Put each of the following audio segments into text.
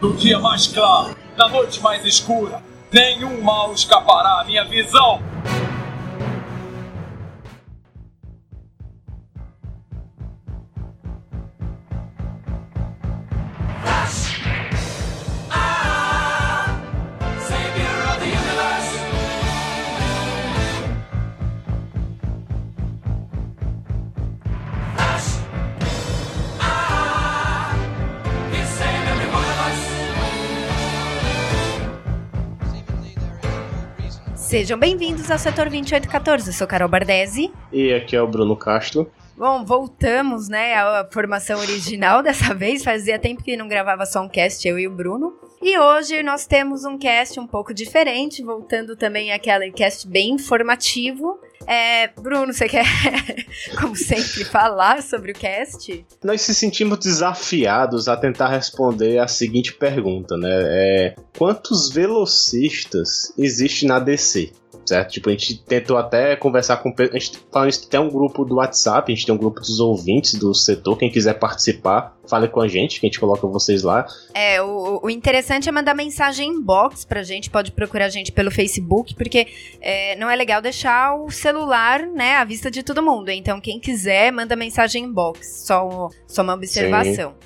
No dia mais claro, na noite mais escura, nenhum mal escapará à minha visão. Sejam bem-vindos ao Setor 2814, eu sou Carol Bardesi. E aqui é o Bruno Castro. Bom, voltamos, né, à formação original dessa vez, fazia tempo que não gravava só um cast, eu e o Bruno. E hoje nós temos um cast um pouco diferente, voltando também àquele cast bem informativo. Bruno, você quer, como sempre, falar sobre o cast? Nós se sentimos desafiados a tentar responder a seguinte pergunta, né? Quantos velocistas existem na DC? Certo? Tipo, a gente tentou até conversar com... A gente tem um grupo do WhatsApp, a gente tem um grupo dos ouvintes do setor, quem quiser participar, fale com a gente, que a gente coloca vocês lá. O interessante é mandar mensagem inbox pra gente, pode procurar a gente pelo Facebook, porque não é legal deixar o celular, né, à vista de todo mundo. Então, quem quiser, manda mensagem inbox, só uma observação.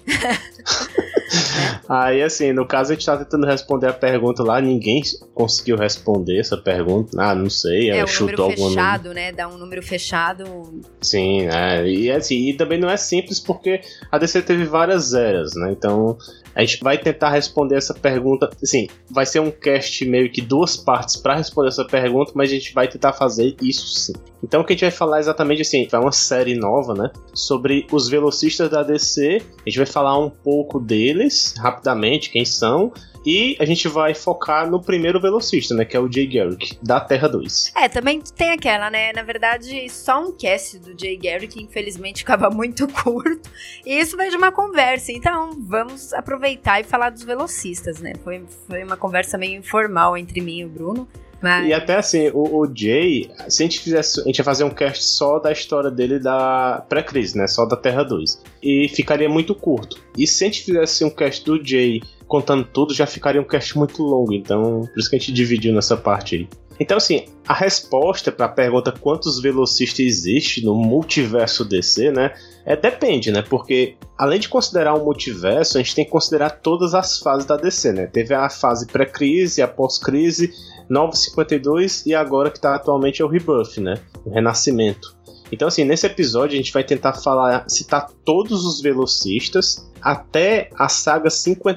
Aí, assim, no caso a gente tá tentando responder a pergunta lá, ninguém conseguiu responder essa pergunta. Ah, não sei, chutou algum número fechado, né? Dá um número fechado. Sim, e assim, e também não é simples porque a DC teve várias eras, né? Então, a gente vai tentar responder essa pergunta, assim, vai ser um cast meio que duas partes pra responder essa pergunta, mas a gente vai tentar fazer isso sim. Então o que a gente vai falar exatamente assim, vai uma série nova, né, sobre os velocistas da DC, a gente vai falar um pouco deles, rapidamente, quem são, e a gente vai focar no primeiro velocista, né, que é o Jay Garrick, da Terra 2. Também tem aquela, né, na verdade, só um cast do Jay Garrick, infelizmente, acaba muito curto, e isso vai de uma conversa, então vamos aproveitar e falar dos velocistas, né, foi uma conversa meio informal entre mim e o Bruno. Mas... E até assim, o Jay, se a gente fizesse, a gente ia fazer um cast só da história dele da pré-crise, né, só da Terra 2, e ficaria muito curto. E se a gente fizesse um cast do Jay contando tudo, já ficaria um cast muito longo, então por isso que a gente dividiu nessa parte aí. Então assim, a resposta para a pergunta quantos velocistas existe no multiverso DC, né, depende, né, porque além de considerar o multiverso, a gente tem que considerar todas as fases da DC, né, teve a fase pré-crise, a pós-crise, Nova 52 e agora que tá atualmente é o Rebirth, né, o Renascimento. Então assim, nesse episódio a gente vai tentar citar todos os velocistas até a saga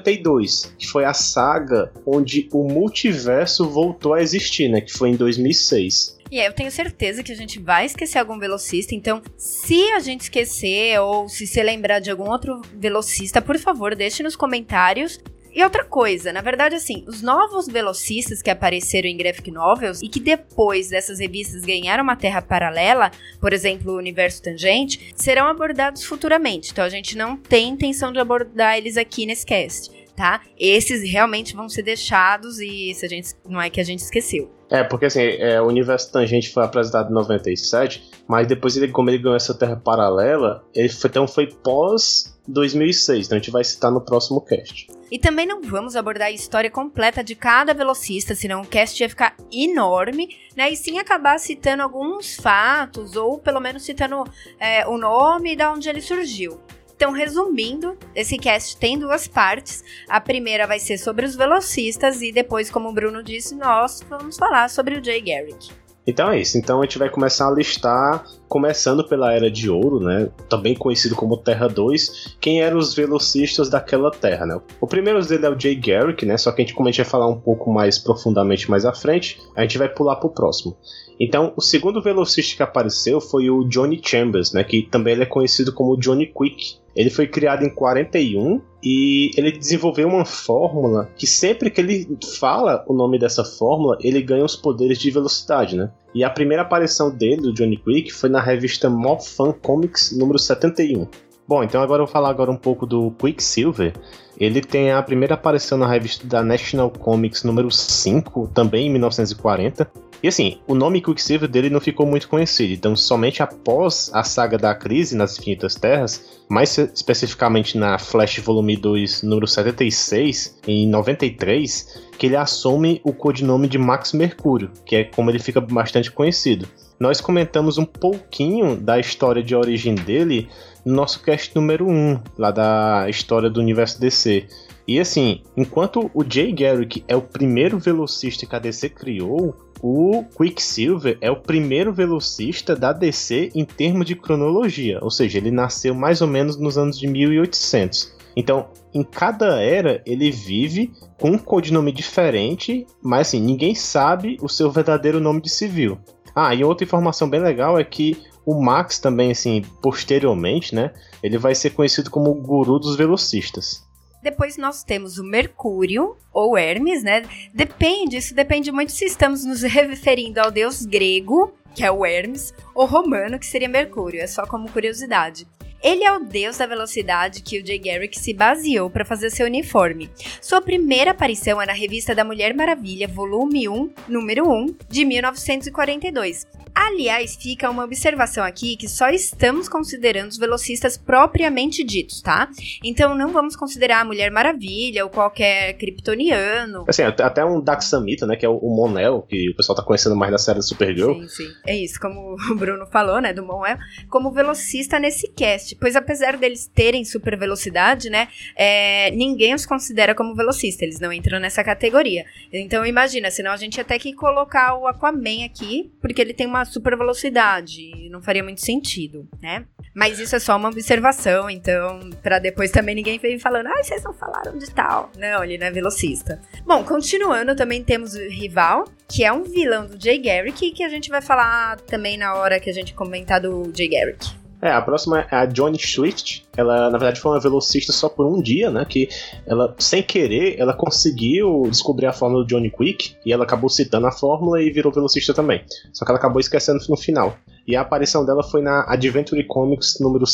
52, que foi a saga onde o multiverso voltou a existir, né, que foi em 2006. E eu tenho certeza que a gente vai esquecer algum velocista, então se a gente esquecer ou se você lembrar de algum outro velocista, por favor, deixe nos comentários. E outra coisa, na verdade, assim, os novos velocistas que apareceram em graphic novels e que depois dessas revistas ganharam uma terra paralela, por exemplo, o Universo Tangente, serão abordados futuramente. Então a gente não tem intenção de abordar eles aqui nesse cast, tá? Esses realmente vão ser deixados e não é que a gente esqueceu. Porque assim, o Universo Tangente foi apresentado em 97, mas depois como ele ganhou essa terra paralela, então foi pós 2006, então a gente vai citar no próximo cast. E também não vamos abordar a história completa de cada velocista, senão o cast ia ficar enorme, né? E sim acabar citando alguns fatos, ou pelo menos citando o nome e de onde ele surgiu. Então, resumindo, esse cast tem duas partes. A primeira vai ser sobre os velocistas e depois, como o Bruno disse, nós vamos falar sobre o Jay Garrick. Então é isso, então a gente vai começar a listar, começando pela Era de Ouro, né, também conhecido como Terra 2, quem eram os velocistas daquela terra, né. O primeiro dele é o Jay Garrick, né, só que como a gente vai falar um pouco mais profundamente mais à frente, a gente vai pular pro próximo. Então, o segundo velocista que apareceu foi o Johnny Chambers, né, que também ele é conhecido como Johnny Quick. Ele foi criado em 41 e ele desenvolveu uma fórmula que sempre que ele fala o nome dessa fórmula, ele ganha os poderes de velocidade, né? E a primeira aparição dele, do Johnny Quick, foi na revista Mob Fan Comics número 71. Bom, então agora eu vou falar um pouco do Quicksilver. Ele tem a primeira aparição na revista da National Comics número 5, também em 1940. E assim, o nome Quicksilver dele não ficou muito conhecido, então somente após a saga da crise nas Infinitas Terras, mais especificamente na Flash Volume 2, número 76, em 93, que ele assume o codinome de Max Mercúrio, que é como ele fica bastante conhecido. Nós comentamos um pouquinho da história de origem dele no nosso cast número 1, lá da história do universo DC. E assim, enquanto o Jay Garrick é o primeiro velocista que a DC criou, o Quicksilver é o primeiro velocista da DC em termos de cronologia, ou seja, ele nasceu mais ou menos nos anos de 1800. Então, em cada era, ele vive com um codinome diferente, mas assim, ninguém sabe o seu verdadeiro nome de civil. E outra informação bem legal é que o Max também, assim, posteriormente, né, ele vai ser conhecido como o guru dos velocistas. Depois nós temos o Mercúrio, ou Hermes, né? Isso depende muito se estamos nos referindo ao deus grego, que é o Hermes, ou romano, que seria Mercúrio, é só como curiosidade. Ele é o deus da velocidade que o Jay Garrick se baseou para fazer seu uniforme. Sua primeira aparição é na revista da Mulher Maravilha, volume 1, número 1, de 1942. Aliás, fica uma observação aqui que só estamos considerando os velocistas propriamente ditos, tá? Então não vamos considerar a Mulher Maravilha ou qualquer kryptoniano. Assim, até um Daxamita, né, que é o Mon-El, que o pessoal tá conhecendo mais da série do Supergirl. Sim. É isso, como o Bruno falou, né, do Mon-El, como velocista nesse cast. Pois apesar deles terem super velocidade, né, ninguém os considera como velocista, eles não entram nessa categoria. Então imagina, senão a gente ia ter que colocar o Aquaman aqui, porque ele tem uma super velocidade, não faria muito sentido, né? Mas isso é só uma observação, então, pra depois também ninguém vem falando, vocês não falaram de tal. Não, ele não é velocista. Bom, continuando, também temos o Rival, que é um vilão do Jay Garrick, que a gente vai falar também na hora que a gente comentar do Jay Garrick. A próxima é a Johnny Swift. Ela, na verdade, foi uma velocista só por um dia, né? Que ela, sem querer, ela conseguiu descobrir a fórmula do Johnny Quick e ela acabou citando a fórmula e virou velocista também. Só que ela acabou esquecendo no final. E a aparição dela foi na Adventure Comics número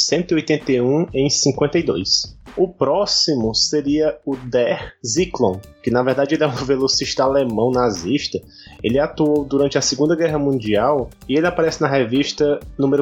181 em 52. O próximo seria o Der Zyklon, que na verdade ele é um velocista alemão nazista. Ele atuou durante a Segunda Guerra Mundial e ele aparece na revista número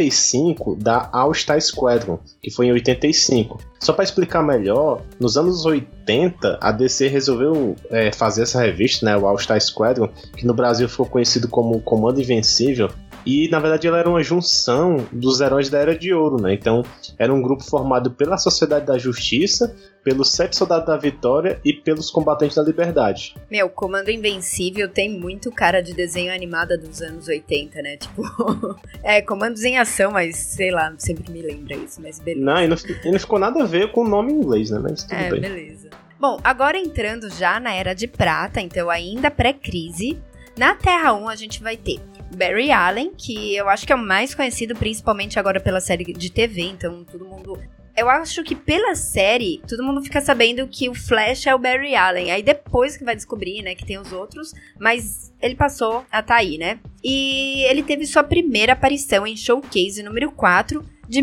45 da All-Star Squadron, que foi em 85. Só para explicar melhor, nos anos 80 a DC resolveu fazer essa revista, né, o All-Star Squadron, que no Brasil ficou conhecido como Comando Invencível. E, na verdade, ela era uma junção dos heróis da Era de Ouro, né? Então, era um grupo formado pela Sociedade da Justiça, pelos 7 Soldados da Vitória e pelos Combatentes da Liberdade. Meu, Comando Invencível tem muito cara de desenho animado dos anos 80, né? Tipo, Comandos em Ação, mas sei lá, sempre me lembra isso, mas beleza. Não, e não ficou nada a ver com o nome em inglês, né? Mas tudo bem. Beleza. Bom, agora entrando já na Era de Prata, então ainda pré-crise, na Terra 1 a gente vai ter Barry Allen, que eu acho que é o mais conhecido, principalmente agora pela série de TV, então todo mundo... Eu acho que pela série, todo mundo fica sabendo que o Flash é o Barry Allen. Aí depois que vai descobrir, né, que tem os outros, mas ele passou a tá aí, né? E ele teve sua primeira aparição em Showcase número 4, de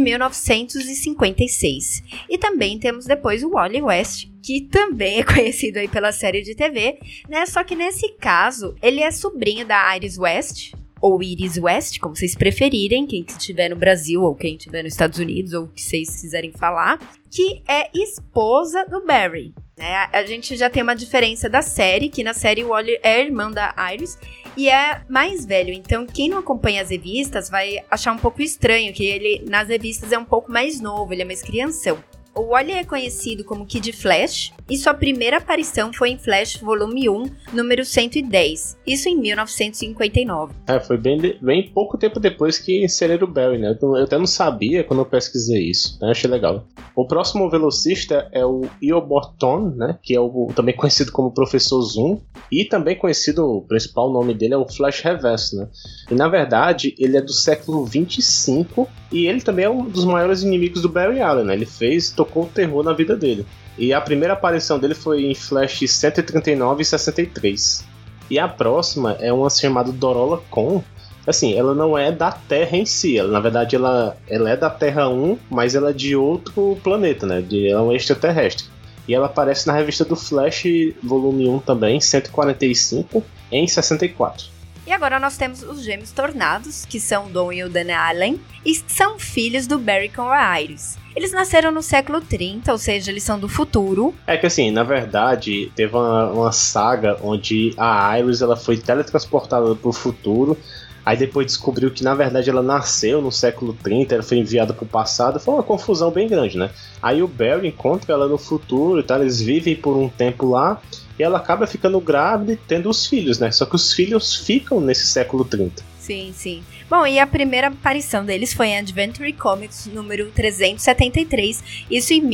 1956. E também temos depois o Wally West, que também é conhecido aí pela série de TV, né? Só que nesse caso, ele é sobrinho da Iris West, ou Iris West, como vocês preferirem, quem estiver no Brasil ou quem estiver nos Estados Unidos, ou o que vocês quiserem falar, que é esposa do Barry. Né? A gente já tem uma diferença da série, que na série o Wally é irmão da Iris e é mais velho. Então, quem não acompanha as revistas vai achar um pouco estranho, que ele nas revistas é um pouco mais novo, ele é mais crianção. O Wally é conhecido como Kid Flash e sua primeira aparição foi em Flash Volume 1, número 110, isso em 1959. Foi bem pouco tempo depois que inseriram o Barry, né? Eu até não sabia quando eu pesquisei isso, né? Achei legal. O próximo velocista é o Eobard-Thawne, né? Que é também conhecido como Professor Zoom, e também conhecido, o principal nome dele é o Flash Reverso, né? E na verdade, ele é do século 25 e ele também é um dos maiores inimigos do Barry Allen, né? Ele tocou o terror na vida dele. E a primeira aparição dele foi em Flash 139 e 63. E a próxima é uma chamada Dorola Con. Assim, ela não é da Terra em si. Na verdade, ela é da Terra 1, mas ela é de outro planeta, né? Ela é um extraterrestre. E ela aparece na revista do Flash, volume 1 também, 145, em 64. E agora nós temos os gêmeos tornados, que são o Dawn e o Dan Allen, e são filhos do Barry com a Iris. Eles nasceram no século 30, ou seja, eles são do futuro. É que assim, na verdade, teve uma saga onde a Iris ela foi teletransportada pro futuro. Aí depois descobriu que na verdade ela nasceu no século 30, ela foi enviada pro passado, foi uma confusão bem grande, né? Aí o Barry encontra ela no futuro e tal, eles vivem por um tempo lá, e ela acaba ficando grávida e tendo os filhos, né? Só que os filhos ficam nesse século 30. Sim, sim. Bom, e a primeira aparição deles foi em Adventure Comics número 373, isso em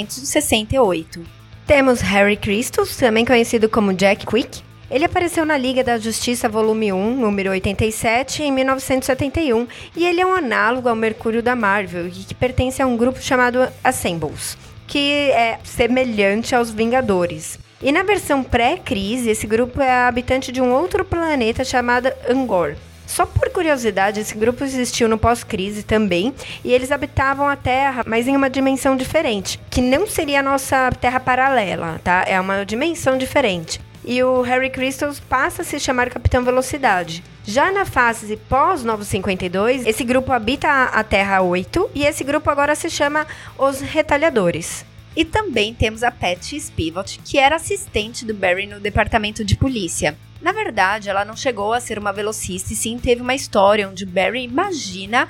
1968. Temos Harry Christos, também conhecido como Jack Quick. Ele apareceu na Liga da Justiça volume 1, número 87, em 1971, e ele é um análogo ao Mercúrio da Marvel, e que pertence a um grupo chamado Assembles, que é semelhante aos Vingadores. E na versão pré-crise, esse grupo é habitante de um outro planeta chamado Angor. Só por curiosidade, esse grupo existiu no pós-crise também, e eles habitavam a Terra, mas em uma dimensão diferente, que não seria a nossa Terra paralela, tá? É uma dimensão diferente. E o Harry Christos passa a se chamar Capitão Velocidade. Já na fase pós-Novos 52, esse grupo habita a Terra 8 e esse grupo agora se chama Os Retalhadores. E também temos a Patty Spivot, que era assistente do Barry no departamento de polícia. Na verdade, ela não chegou a ser uma velocista e sim teve uma história onde Barry imagina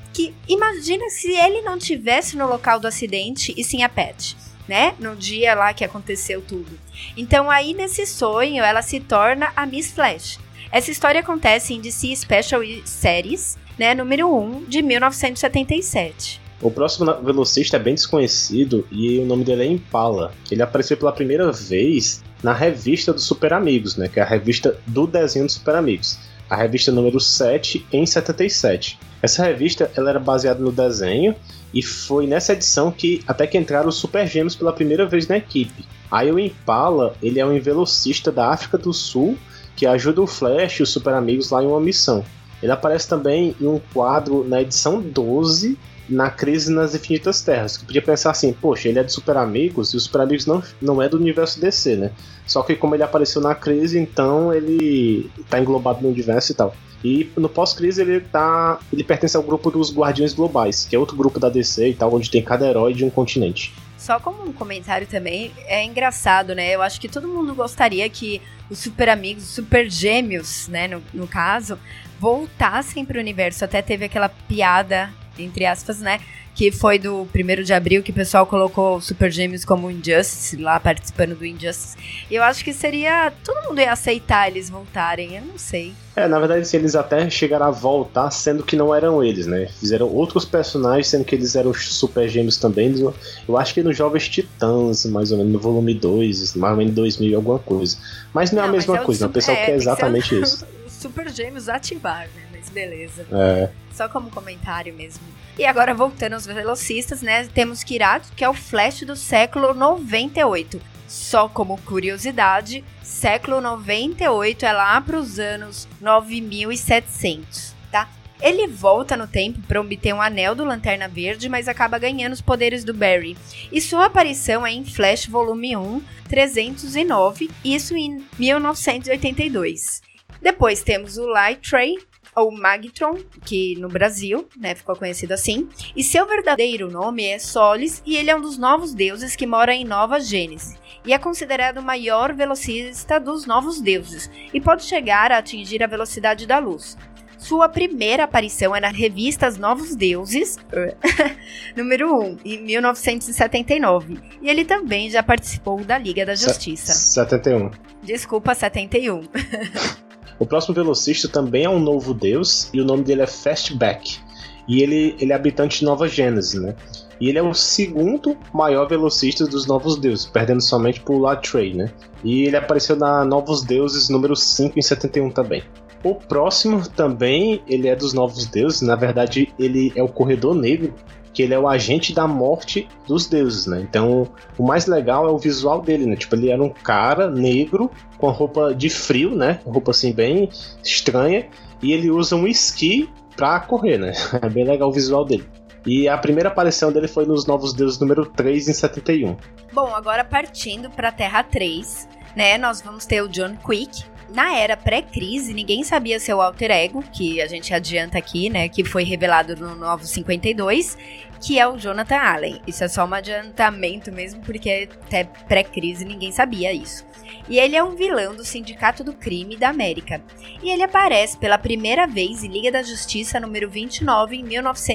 se ele não tivesse no local do acidente e sim a Patty, né? No dia lá que aconteceu tudo. Então aí nesse sonho ela se torna a Miss Flash. Essa história acontece em DC Special Series, né, número 1 de 1977. O próximo velocista é bem desconhecido e o nome dele é Impala. Ele apareceu pela primeira vez na revista dos Super Amigos, né, que é a revista do desenho dos Super Amigos. A revista número 7 em 77. Essa revista ela era baseada no desenho e foi nessa edição que até que entraram os Super Gêmeos pela primeira vez na equipe. Aí o Impala, ele é um velocista da África do Sul que ajuda o Flash e os Super Amigos lá em uma missão. Ele aparece também em um quadro na edição 12, na Crise nas Infinitas Terras, que podia pensar assim, poxa, ele é de Super Amigos e os Super Amigos não é do universo DC, né? Só que como ele apareceu na Crise, então ele tá englobado no universo e tal. E no pós-crise ele pertence ao grupo dos Guardiões Globais, que é outro grupo da DC e tal, onde tem cada herói de um continente. Só como um comentário também, é engraçado, né? Eu acho que todo mundo gostaria que os Super Amigos, os Super Gêmeos, né, no caso, voltassem pro universo. Até teve aquela piada, entre aspas, né, que foi do 1º de abril, que o pessoal colocou os Super Gêmeos como Injustice, lá participando do Injustice. E eu acho que seria... todo mundo ia aceitar eles voltarem, eu não sei. Na verdade, assim, eles até chegaram a voltar, sendo que não eram eles, né? Fizeram outros personagens, sendo que eles eram Super Gêmeos também. Eu acho que nos Jovens Titãs, mais ou menos, no volume 2, mais ou menos 2000 alguma coisa. Mas não é a mesma coisa, o pessoal quer exatamente isso. Os Super Gêmeos ativar, né? Mas beleza. É. Só como comentário mesmo. E agora, voltando aos velocistas, né? Temos Kirat, que é o Flash do século 98. Só como curiosidade, século 98 é lá para os anos 9700, tá? Ele volta no tempo para obter um anel do Lanterna Verde, mas acaba ganhando os poderes do Barry. E sua aparição é em Flash Volume 1, 309, isso em 1982. Depois temos o Light Ray, ou Magtron, que no Brasil, né, ficou conhecido assim, e seu verdadeiro nome é Solis, e ele é um dos novos deuses que mora em Nova Gênesis, e é considerado o maior velocista dos novos deuses, e pode chegar a atingir a velocidade da luz. Sua primeira aparição é na revista Novos Deuses, número 1, em 1979, e ele também já participou da Liga da Justiça. 71. Desculpa, 71. O próximo velocista também é um novo deus, e o nome dele é Fastback. E ele é habitante de Nova Gênesis, né? E ele é o segundo maior velocista dos Novos Deuses, perdendo somente por Latray, né? E ele apareceu na Novos Deuses número 5 em 71 também. O próximo também, ele é dos Novos Deuses, na verdade ele é o Corredor Negro, que ele é o agente da morte dos deuses, né? Então, o mais legal é o visual dele, né? Tipo, ele era um cara negro com roupa de frio, né? Roupa assim bem estranha, e ele usa um esqui pra correr, né? É bem legal o visual dele. E a primeira aparição dele foi nos Novos Deuses número 3 em 71. Bom, agora partindo pra Terra 3, né? Nós vamos ter o John Quick, Na era pré-crise, ninguém sabia seu alter ego, que a gente adianta aqui, né, que foi revelado no Novo 52, que é o Jonathan Allen. Isso é só um adiantamento mesmo, porque até pré-crise ninguém sabia isso. E ele é um vilão do Sindicato do Crime da América. E ele aparece pela primeira vez em Liga da Justiça número 29 em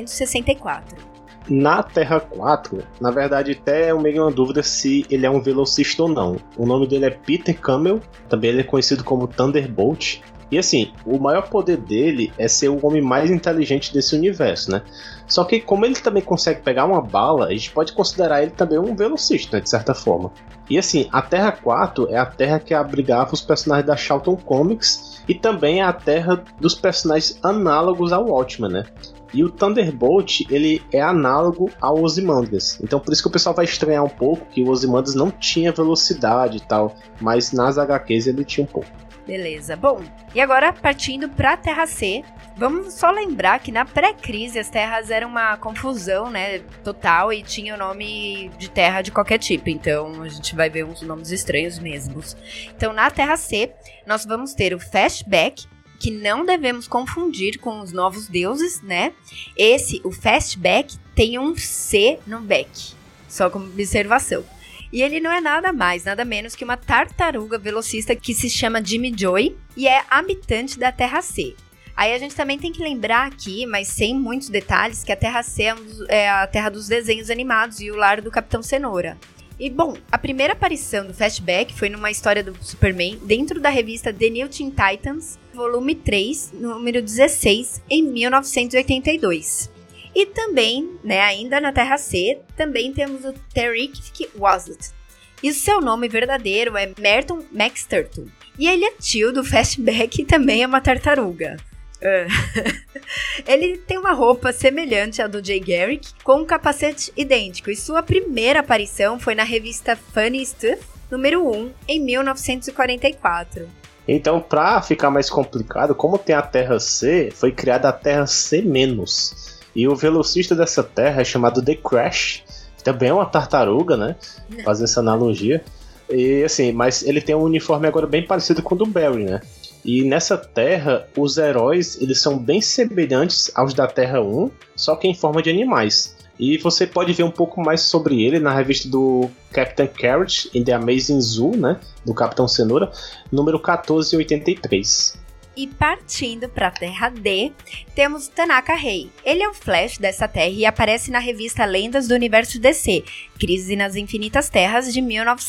1964. Na Terra 4, na verdade até é meio uma dúvida se ele é um velocista ou não. O nome dele é Peter Camel, também ele é conhecido como Thunderbolt. E assim, o maior poder dele é ser o homem mais inteligente desse universo, né? Só que como ele também consegue pegar uma bala, a gente pode considerar ele também um velocista, né, de certa forma. E assim, a Terra 4 é a Terra que abrigava os personagens da Charlton Comics e também é a Terra dos personagens análogos ao Watchmen, né? E o Thunderbolt, ele é análogo ao Ozymandias. Então por isso que o pessoal vai estranhar um pouco que o Ozymandias não tinha velocidade e tal, mas nas HQs ele tinha um pouco. Beleza. Bom, e agora partindo pra Terra C, vamos só lembrar que na pré-crise as terras eram uma confusão, né, total, e tinha o nome de terra de qualquer tipo, então a gente vai ver uns nomes estranhos mesmos. Então na Terra C, nós vamos ter o Fastback, que não devemos confundir com os Novos Deuses, né? O Fastback, tem um C no back, só como observação. E ele não é nada mais, nada menos que uma tartaruga velocista que se chama Jimmy Joy e é habitante da Terra C. Aí a gente também tem que lembrar aqui, mas sem muitos detalhes, que a Terra C é a terra dos desenhos animados e o lar do Capitão Cenoura. E bom, a primeira aparição do Flashback foi numa história do Superman dentro da revista The New Teen Titans, volume 3, número 16, em 1982. E também, né, ainda na Terra C, também temos o Terrific Waslet. E o seu nome verdadeiro é Merton McSturtle. E ele é tio do Flashback e também é uma tartaruga. Ele tem uma roupa semelhante à do Jay Garrick, com um capacete idêntico, e sua primeira aparição foi na revista Funny Stuff, número 1, em 1944. Então, pra ficar mais complicado, como tem a Terra C, foi criada a Terra C-. E o velocista dessa terra é chamado The Crash, que também é uma tartaruga, né? Fazendo essa analogia. E assim, mas ele tem um uniforme agora bem parecido com o do Barry, né? E nessa terra, os heróis, eles são bem semelhantes aos da Terra 1, só que em forma de animais. E você pode ver um pouco mais sobre ele na revista do Captain Carrot in The Amazing Zoo, né? Do Capitão Cenoura, número 1483. E partindo para a Terra D, temos Tanaka Rei. Ele é o Flash dessa terra e aparece na revista Lendas do Universo DC, Crise nas Infinitas Terras, de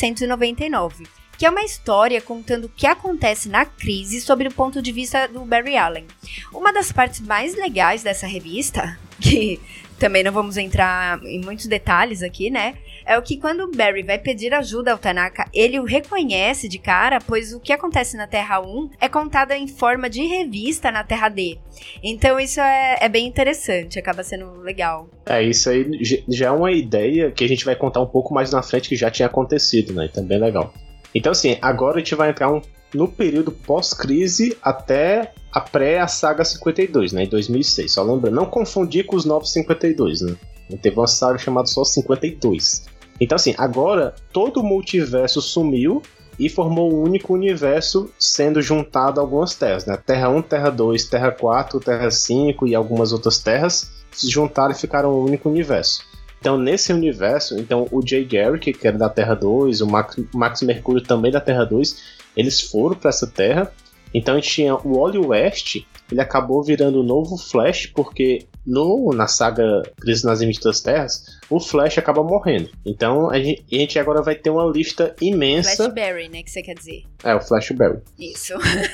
1999. Que é uma história contando o que acontece na crise sob o ponto de vista do Barry Allen. Uma das partes mais legais dessa revista, que também não vamos entrar em muitos detalhes aqui, né? É o que quando o Barry vai pedir ajuda ao Tanaka, ele o reconhece de cara, pois o que acontece na Terra 1 é contado em forma de revista na Terra D. Então isso é bem interessante, acaba sendo legal. Isso aí já é uma ideia que a gente vai contar um pouco mais na frente que já tinha acontecido, né? Então bem legal. Então assim, agora a gente vai entrar no período pós-crise até a saga 52, né, em 2006. Só lembrando, não confundir com os novos 52, né? Teve uma saga chamada só 52. Então assim, agora todo o multiverso sumiu e formou um único universo sendo juntado a algumas terras, né? Terra 1, Terra 2, Terra 4, Terra 5 e algumas outras terras se juntaram e ficaram um único universo. Então, nesse universo, o Jay Garrick, que era da Terra 2, o Max Mercúrio também da Terra 2, eles foram para essa terra. Então, a gente tinha o Wally West, ele acabou virando o novo Flash, porque na saga Crise nas Infinitas Terras, o Flash acaba morrendo. Então, a gente agora vai ter uma lista imensa... Flash Barry, né, que você quer dizer? O Flash Barry. Isso.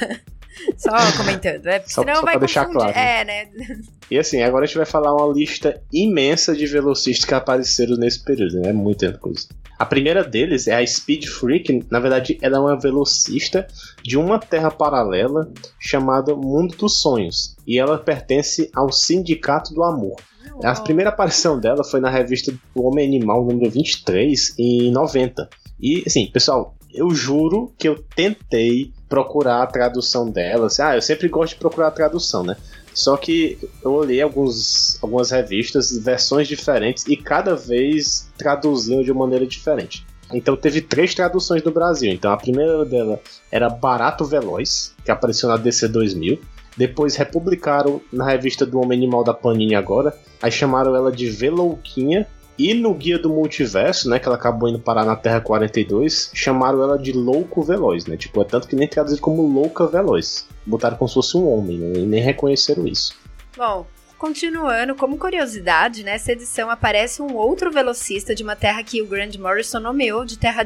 Só comentando, só senão vai pra deixar confundir. Claro. Né? E assim, agora a gente vai falar uma lista imensa de velocistas que apareceram nesse período, né? Muita coisa. A primeira deles é a Speed Freak. Na verdade, ela é uma velocista de uma terra paralela chamada Mundo dos Sonhos. E ela pertence ao Sindicato do Amor. A primeira aparição dela foi na revista do Homem Animal, número 23, em 90. E assim, pessoal, eu juro que eu tentei procurar a tradução dela. Assim, eu sempre gosto de procurar a tradução, né? Só que eu olhei algumas revistas, versões diferentes, e cada vez traduziam de uma maneira diferente. Então teve 3 traduções do Brasil. Então a primeira dela era Barato Veloz, que apareceu na DC 2000. Depois republicaram na revista do Homem Animal da Panini agora. Aí chamaram ela de Velouquinha. E no Guia do Multiverso, né, que ela acabou indo parar na Terra 42, chamaram ela de Louco Veloz, né? Tipo, é tanto que nem traduzido como Louca Veloz. Botaram como se fosse um homem, né? E nem reconheceram isso. Bom, continuando, como curiosidade, nessa edição aparece um outro velocista de uma terra que o Grant Morrison nomeou de Terra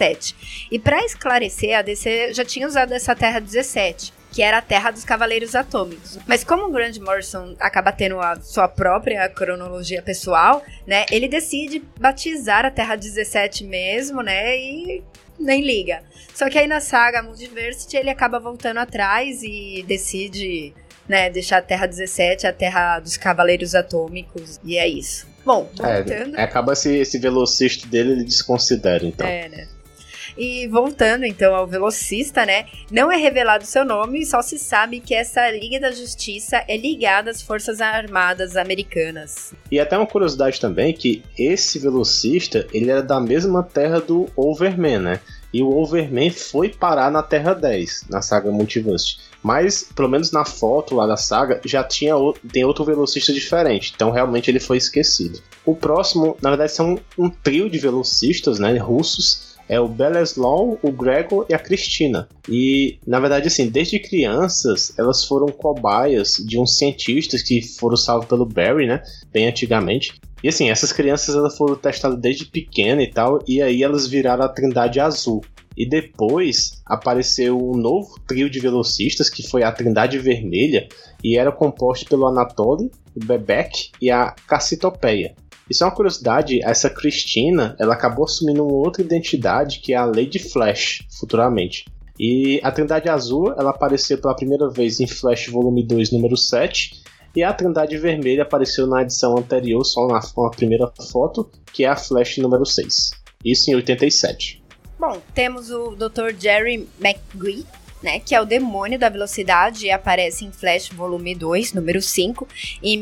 17. E para esclarecer, a DC já tinha usado essa Terra 17, que era a Terra dos Cavaleiros Atômicos. Mas como o Grant Morrison acaba tendo a sua própria cronologia pessoal, né, ele decide batizar a Terra 17 mesmo, né, e nem liga. Só que aí na saga Multiversity ele acaba voltando atrás e decide, né, deixar a Terra 17 a Terra dos Cavaleiros Atômicos, e é isso. Bom, voltando... acaba esse velocista dele, ele desconsidera, então. Né? E voltando então ao velocista, né, não é revelado seu nome, só se sabe que essa Liga da Justiça é ligada às Forças Armadas Americanas. E até uma curiosidade também, que esse velocista, ele era da mesma terra do Overman, né? E o Overman foi parar na Terra 10, na saga Multiverse. Mas, pelo menos na foto lá da saga, já tem outro velocista diferente. Então, realmente, ele foi esquecido. O próximo, na verdade, são um trio de velocistas, né, russos. É o Beleslaw, o Gregor e a Cristina. E, na verdade, assim, desde crianças, elas foram cobaias de uns cientistas que foram salvos pelo Barry, né? Bem antigamente. E, assim, essas crianças elas foram testadas desde pequena e tal, e aí elas viraram a Trindade Azul. E depois apareceu um novo trio de velocistas, que foi a Trindade Vermelha, e era composto pelo Anatoly, o Bebek e a Cassitopeia. Isso é uma curiosidade, essa Cristina, ela acabou assumindo uma outra identidade, que é a Lady Flash, futuramente. E a Trindade Azul, ela apareceu pela primeira vez em Flash Volume 2, número 7, e a Trindade Vermelha apareceu na edição anterior, só na primeira foto, que é a Flash número 6. Isso em 87. Bom, temos o Dr. Jerry McGree, né, que é o demônio da velocidade e aparece em Flash Volume 2, número 5, em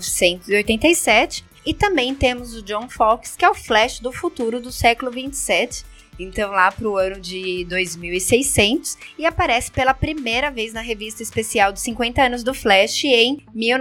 1987. E também temos o John Fox, que é o Flash do futuro do século 27, então lá para o ano de 2600, e aparece pela primeira vez na revista especial dos 50 anos do Flash em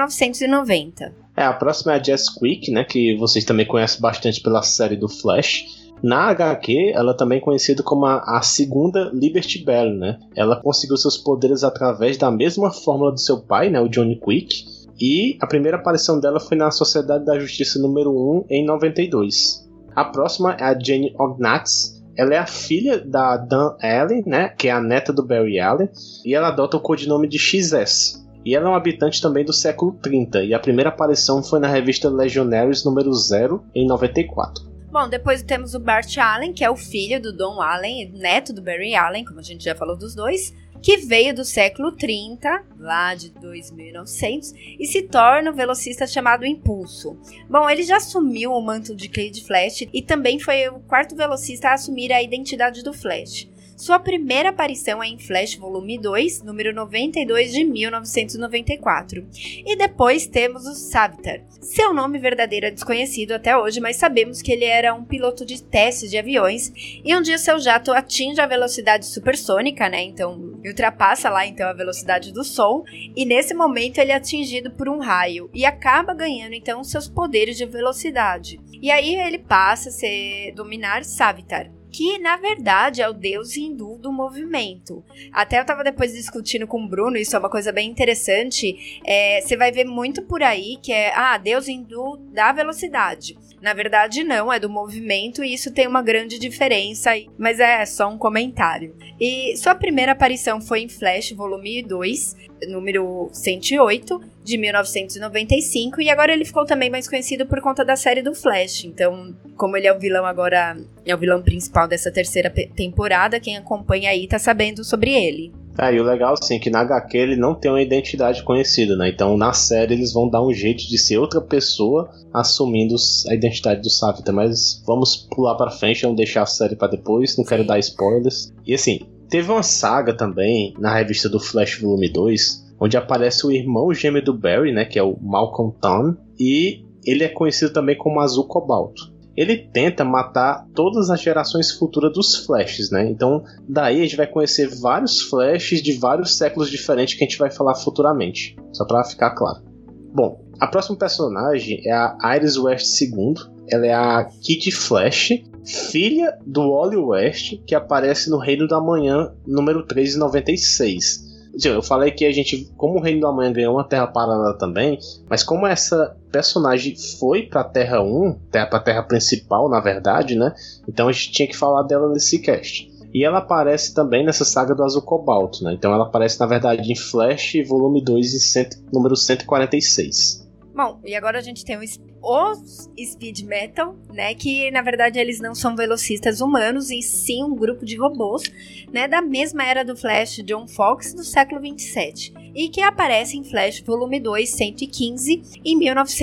1990. A próxima é a Jess Quick, né, que vocês também conhecem bastante pela série do Flash. Na HQ, ela também é conhecida como a segunda Liberty Bell, né? Ela conseguiu seus poderes através da mesma fórmula do seu pai, né, o Johnny Quick. E a primeira aparição dela foi na Sociedade da Justiça número 1 em 92. A próxima é a Jane Ognatz. Ela é a filha da Dan Allen, né, que é a neta do Barry Allen, e ela adota o codinome de XS. E ela é um habitante também do século 30, e a primeira aparição foi na revista Legionaries número 0 em 94. Bom, depois temos o Bart Allen, que é o filho do Don Allen, neto do Barry Allen, como a gente já falou dos dois, que veio do século 30, lá de 2900, e se torna o velocista chamado Impulso. Bom, ele já assumiu o manto de Kid Flash e também foi o quarto velocista a assumir a identidade do Flash. Sua primeira aparição é em Flash Volume 2, número 92 de 1994. E depois temos o Savitar. Seu nome verdadeiro é desconhecido até hoje, mas sabemos que ele era um piloto de testes de aviões e um dia seu jato atinge a velocidade supersônica, né? Então, ultrapassa lá então a velocidade do som e nesse momento ele é atingido por um raio e acaba ganhando então seus poderes de velocidade. E aí ele passa a dominar Savitar, que na verdade é o deus hindu do movimento. Até eu tava depois discutindo com o Bruno, isso é uma coisa bem interessante, você vai ver muito por aí que é, deus hindu da velocidade. Na verdade não, é do movimento e isso tem uma grande diferença, mas é só um comentário. E sua primeira aparição foi em Flash Volume 2, número 108, de 1995, e agora ele ficou também mais conhecido por conta da série do Flash. Então, como ele é o vilão agora, é o vilão principal dessa terceira temporada, quem acompanha aí tá sabendo sobre ele. E o legal, assim, é que na HQ ele não tem uma identidade conhecida, né? Então, na série eles vão dar um jeito de ser outra pessoa assumindo a identidade do Savitar. Mas vamos pular pra frente, vamos deixar a série pra depois, não quero dar spoilers. E assim, teve uma saga também na revista do Flash Volume 2, onde aparece o irmão gêmeo do Barry, né? Que é o Malcolm Town, e ele é conhecido também como Azul Cobalto. ele tenta matar todas as gerações futuras dos Flashes, né? Então, daí a gente vai conhecer vários Flashes de vários séculos diferentes que a gente vai falar futuramente, só pra ficar claro. Bom, a próxima personagem é a Iris West II. Ela é a Kid Flash, filha do Wally West, que aparece no Reino da Manhã, número 396. Eu falei que a gente, como o Reino da Manhã ganhou uma Terra paralela também, mas como essa personagem foi pra Terra 1, pra Terra principal, na verdade, né? Então a gente tinha que falar dela nesse cast. E ela aparece também nessa saga do Azul Cobalto, né? Então ela aparece, na verdade, em Flash, volume 2, número 146. Bom, e agora a gente tem os Speed Metal, né, que na verdade eles não são velocistas humanos, e sim um grupo de robôs, né, da mesma era do Flash John Fox do século 27, e que aparece em Flash volume 2, 115, em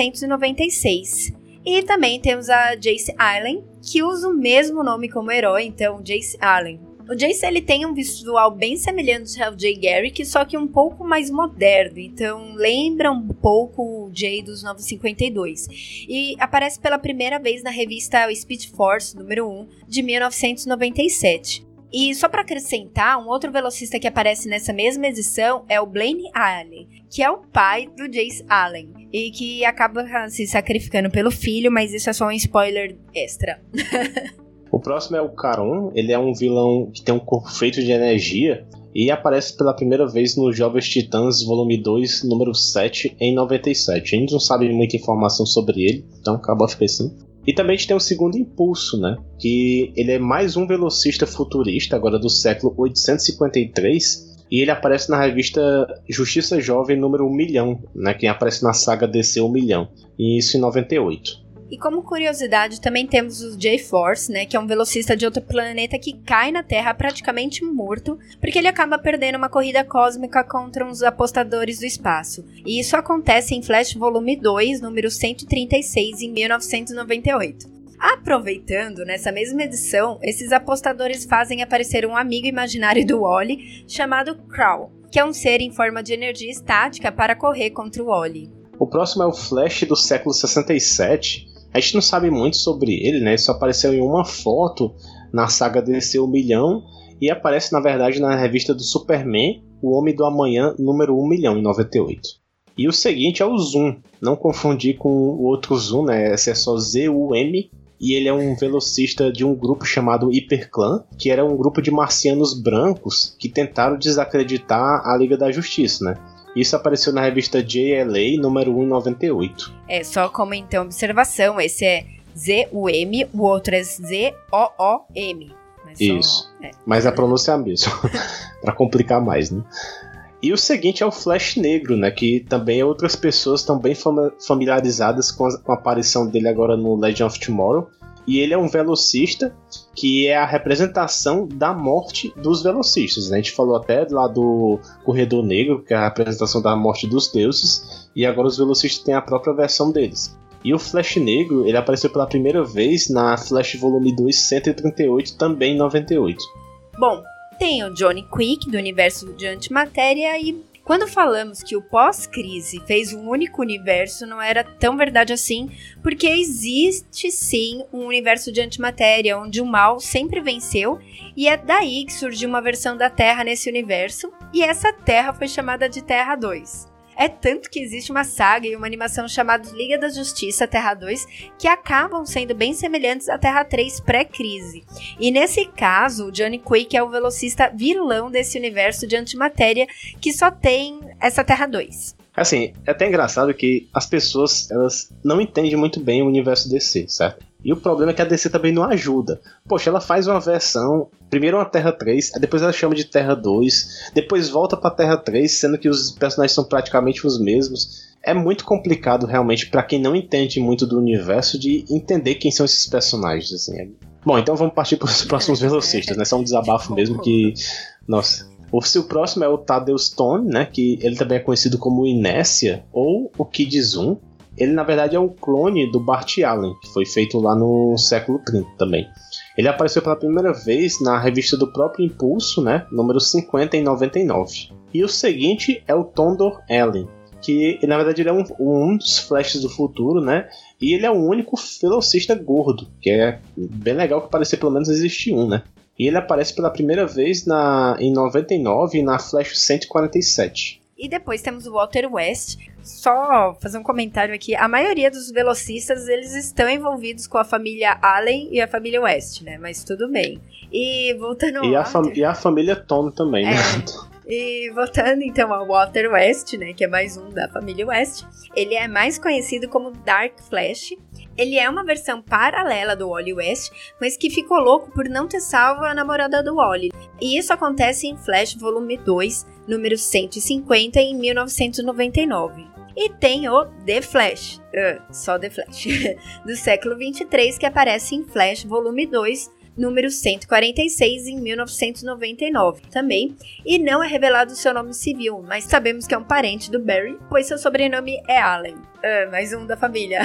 1996. E também temos a Jace Allen, que usa o mesmo nome como herói, então Jace Allen. O Jace, ele tem um visual bem semelhante ao Jay Garrick, só que um pouco mais moderno, então lembra um pouco o Jay dos 952. E aparece pela primeira vez na revista Speed Force, número 1, de 1997. E só para acrescentar, um outro velocista que aparece nessa mesma edição é o Blaine Allen, que é o pai do Jace Allen, e que acaba se sacrificando pelo filho, mas isso é só um spoiler extra. O próximo é o Charon. Ele é um vilão que tem um corpo feito de energia e aparece pela primeira vez no Jovens Titãs, volume 2, número 7, em 97. A gente não sabe muita informação sobre ele, então acabou a ficar assim. E também a gente tem o segundo Impulso, né? Que ele é mais um velocista futurista, agora do século 853, e ele aparece na revista Justiça Jovem, número 1 milhão, né? Que aparece na saga DC 1 milhão, e isso em 98. E como curiosidade, também temos o J-Force, né, que é um velocista de outro planeta que cai na Terra praticamente morto, porque ele acaba perdendo uma corrida cósmica contra uns apostadores do espaço. E isso acontece em Flash Volume 2, número 136, em 1998. Aproveitando, nessa mesma edição, esses apostadores fazem aparecer um amigo imaginário do Wally, chamado Crow, que é um ser em forma de energia estática para correr contra o Wally. O próximo é o Flash do século 67. A gente não sabe muito sobre ele, né? Ele só apareceu em uma foto na saga DC 1 milhão e aparece, na verdade, na revista do Superman, O Homem do Amanhã, número 1 milhão, em 98. E o seguinte é o Zoom. Não confundir com o outro Zoom, né? Esse é só Z-U-M. E ele é um velocista de um grupo chamado Hyperclan, que era um grupo de marcianos brancos que tentaram desacreditar a Liga da Justiça, né? Isso apareceu na revista JLA, número 1, em 98. Só como então observação, esse é Z-U-M, o outro é Z-O-O-M. Isso, mas a pronúncia é a mesma, pra complicar mais, né? E o seguinte é o Flash Negro, né? Que também outras pessoas estão bem familiarizadas com a aparição dele agora no Legend of Tomorrow. E ele é um velocista que é a representação da morte dos velocistas, né? A gente falou até lá do Corredor Negro, que é a representação da morte dos deuses, e agora os velocistas têm a própria versão deles. E o Flash Negro, ele apareceu pela primeira vez na Flash Volume 2, 138, também em 98. Bom, tem o Johnny Quick, do universo de Antimatéria, e quando falamos que o pós-crise fez um único universo, não era tão verdade assim, porque existe sim um universo de antimatéria, onde o mal sempre venceu, e é daí que surgiu uma versão da Terra nesse universo, e essa Terra foi chamada de Terra 2. É tanto que existe uma saga e uma animação chamada Liga da Justiça Terra 2, que acabam sendo bem semelhantes à Terra 3 pré-crise. E nesse caso, o Johnny Quick é o velocista vilão desse universo de antimatéria que só tem essa Terra 2. Assim, é até engraçado que as pessoas, elas não entendem muito bem o universo DC, certo? E o problema é que a DC também não ajuda. Poxa, ela faz uma versão, primeiro uma Terra 3, depois ela chama de Terra 2, depois volta pra Terra 3, sendo que os personagens são praticamente os mesmos. É muito complicado realmente pra quem não entende muito do universo de entender quem são esses personagens, assim. Bom, então vamos partir pros próximos velocistas, né? Só um desabafo mesmo que... Nossa... O seu próximo é o Tadeu Stone, né? Que ele também é conhecido como Inercia ou o Kid Zoom. Ele, na verdade, é um clone do Bart Allen, que foi feito lá no século 30 também. Ele apareceu pela primeira vez na revista do próprio Impulso, né? Número 50 em 99. E o seguinte é o Thondor Allen, que na verdade ele é um dos Flashes do futuro, né? E ele é o único velocista gordo, que é bem legal que parecia pelo menos existir um, né? E ele aparece pela primeira vez em 99 na Flash 147. E depois temos o Walter West. Só fazer um comentário aqui. A maioria dos velocistas, eles estão envolvidos com a família Allen e a família West, né? Mas tudo bem. E voltando e a família Tom também, né? E voltando então ao Walter West, né, que é mais um da família West, ele é mais conhecido como Dark Flash. Ele é uma versão paralela do Wally West, mas que ficou louco por não ter salvo a namorada do Wally. E isso acontece em Flash Volume 2, número 150, em 1999. E tem o The Flash, só The Flash, do século 23, que aparece em Flash Volume 2, número 146, em 1999 também, e não é revelado seu nome civil, mas sabemos que é um parente do Barry, pois seu sobrenome é Allen. Mais um da família.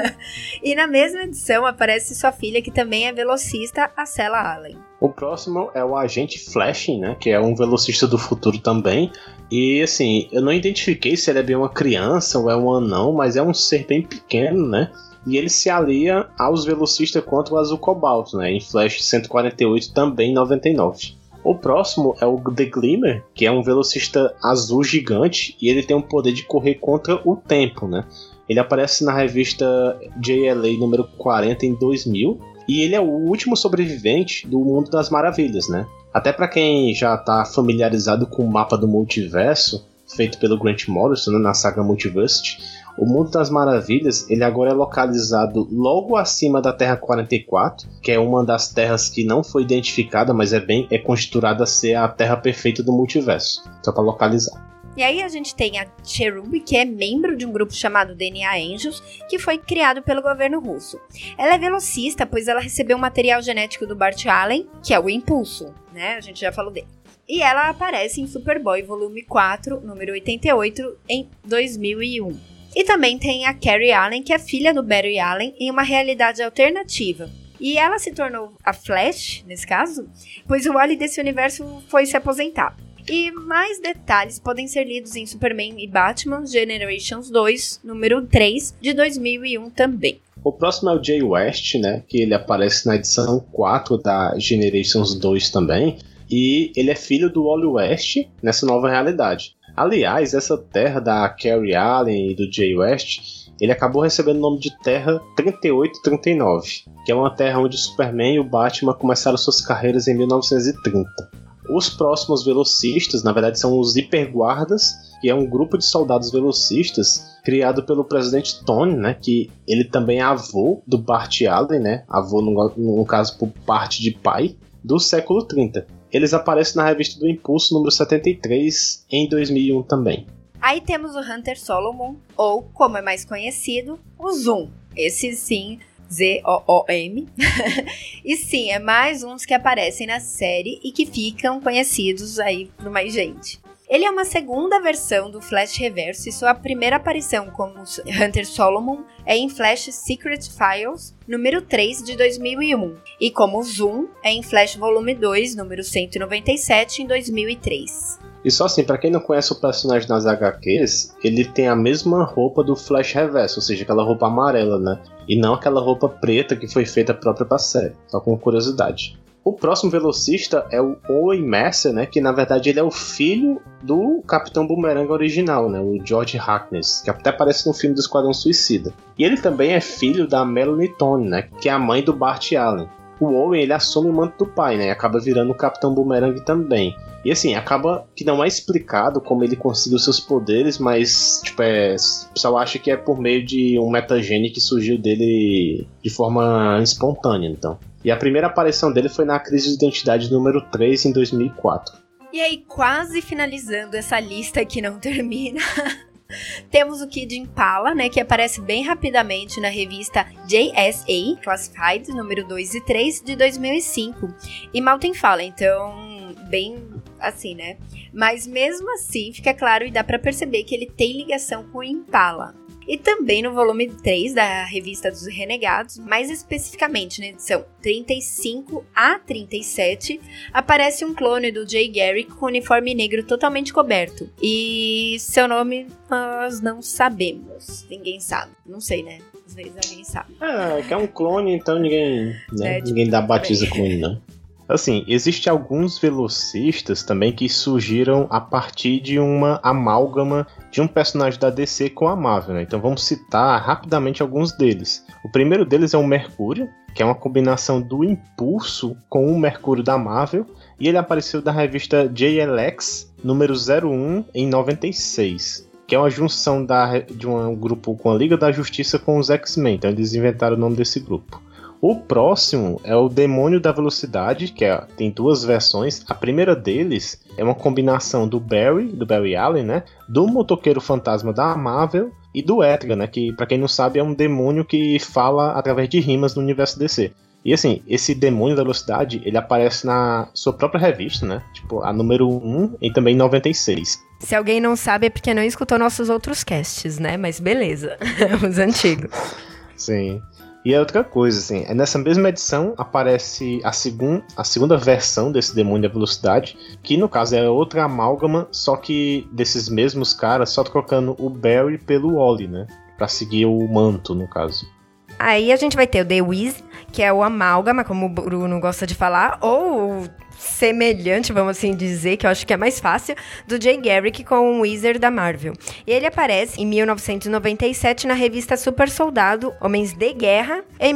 E na mesma edição aparece sua filha, que também é velocista, a Cella Allen. O próximo é o Agente Flash, né, que é um velocista do futuro também. E assim, eu não identifiquei se ele é bem uma criança ou é um anão, mas é um ser bem pequeno, né? E ele se alia aos velocistas contra o Azul Cobalto, né, em Flash 148, também em 99. O próximo é o The Glimmer, que é um velocista azul gigante, e ele tem o poder de correr contra o tempo, né? Ele aparece na revista JLA número 40 em 2000, e ele é o último sobrevivente do Mundo das Maravilhas, né? Até para quem já está familiarizado com o mapa do multiverso, feito pelo Grant Morrison, né, na saga Multiversity, o Mundo das Maravilhas, ele agora é localizado logo acima da Terra 44, que é uma das terras que não foi identificada, mas é constituída a ser a Terra perfeita do multiverso, só para localizar. E aí a gente tem a Cherub, que é membro de um grupo chamado DNA Angels, que foi criado pelo governo russo. Ela é velocista, pois ela recebeu o material genético do Bart Allen, que é o Impulso, né? A gente já falou dele. E ela aparece em Superboy Volume 4, número 88, em 2001. E também tem a Carrie Allen, que é filha do Barry Allen, em uma realidade alternativa. E ela se tornou a Flash, nesse caso, pois o Wally desse universo foi se aposentar. E mais detalhes podem ser lidos em Superman e Batman Generations 2, número 3, de 2001 também. O próximo é o Jay West, né, que ele aparece na edição 4 da Generations 2 também. E ele é filho do Wally West nessa nova realidade. Aliás, essa terra da Carrie Allen e do Jay West, ele acabou recebendo o nome de Terra 3839, que é uma terra onde o Superman e o Batman começaram suas carreiras em 1930. Os próximos velocistas, na verdade, são os Hiperguardas, que é um grupo de soldados velocistas criado pelo presidente Tony, né, que ele também é avô do Bart Allen, né, avô no caso por parte de pai, do século 30. Eles aparecem na revista do Impulso número 73 em 2001 também. Aí temos o Hunter Solomon, ou como é mais conhecido, o Zoom. Esse sim, Z-O-O-M. E sim, é mais uns que aparecem na série e que ficam conhecidos aí por mais gente. Ele é uma segunda versão do Flash Reverso e sua primeira aparição como Hunter Solomon é em Flash Secret Files, número 3 de 2001, e como Zoom é em Flash Volume 2, número 197, em 2003. E só assim, pra quem não conhece o personagem nas HQs, ele tem a mesma roupa do Flash Reverso, ou seja, aquela roupa amarela, né? E não aquela roupa preta que foi feita própria pra série, só com curiosidade. O próximo velocista é o Owen Mercer, né, que na verdade ele é o filho do Capitão Boomerang original, né, o George Harkness, que até aparece no filme do Esquadrão Suicida. E ele também é filho da Melanie Tony, né, que é a mãe do Bart Allen. O Owen, ele assume o manto do pai, né, e acaba virando o Capitão Boomerang também. E assim, acaba que não é explicado como ele conseguiu seus poderes, mas tipo, o pessoal acha que é por meio de um metagene que surgiu dele de forma espontânea, então. E a primeira aparição dele foi na Crise de Identidade número 3, em 2004. E aí, quase finalizando essa lista que não termina, temos o Kid Impala, né, que aparece bem rapidamente na revista JSA Classified, número 2 e 3, de 2005. E mal tem fala, então, bem assim, né? Mas mesmo assim, fica claro e dá pra perceber que ele tem ligação com o Impala. E também no volume 3 da Revista dos Renegados, mais especificamente na edição 35 a 37, aparece um clone do Jay Garrick com uniforme negro totalmente coberto. E seu nome nós não sabemos. Ninguém sabe. Não sei, né? Às vezes alguém sabe. Que é um clone, então ninguém, né? Ninguém dá batiza com ele, não. Assim, existem alguns velocistas também que surgiram a partir de uma amálgama de um personagem da DC com a Marvel, né? Então vamos citar rapidamente alguns deles. O primeiro deles é o Mercúrio, que é uma combinação do Impulso com o Mercúrio da Marvel, e ele apareceu na revista JLX, número 01, em 96. Que é uma junção de um grupo com a Liga da Justiça com os X-Men, então eles inventaram o nome desse grupo. O próximo é o Demônio da Velocidade, que tem duas versões. A primeira deles é uma combinação do Barry Allen, né? Do Motoqueiro Fantasma da Marvel e do Etrigan, né? Que, pra quem não sabe, é um demônio que fala através de rimas no universo DC. E assim, esse Demônio da Velocidade, ele aparece na sua própria revista, né? Tipo, a número 1 e também 96. Se alguém não sabe é porque não escutou nossos outros casts, né? Mas beleza, os antigos. Sim. E é outra coisa, assim, nessa mesma edição aparece a segunda versão desse Demônio da Velocidade, que no caso é outra amálgama, só que desses mesmos caras, só trocando o Barry pelo Wally, né? Pra seguir o manto, no caso. Aí a gente vai ter o The Wiz, que é o amálgama, como o Bruno gosta de falar, ou semelhante, vamos assim dizer, que eu acho que é mais fácil, do Jay Garrick com o Wizard da Marvel. E ele aparece em 1997 na revista Super Soldado, Homens de Guerra, em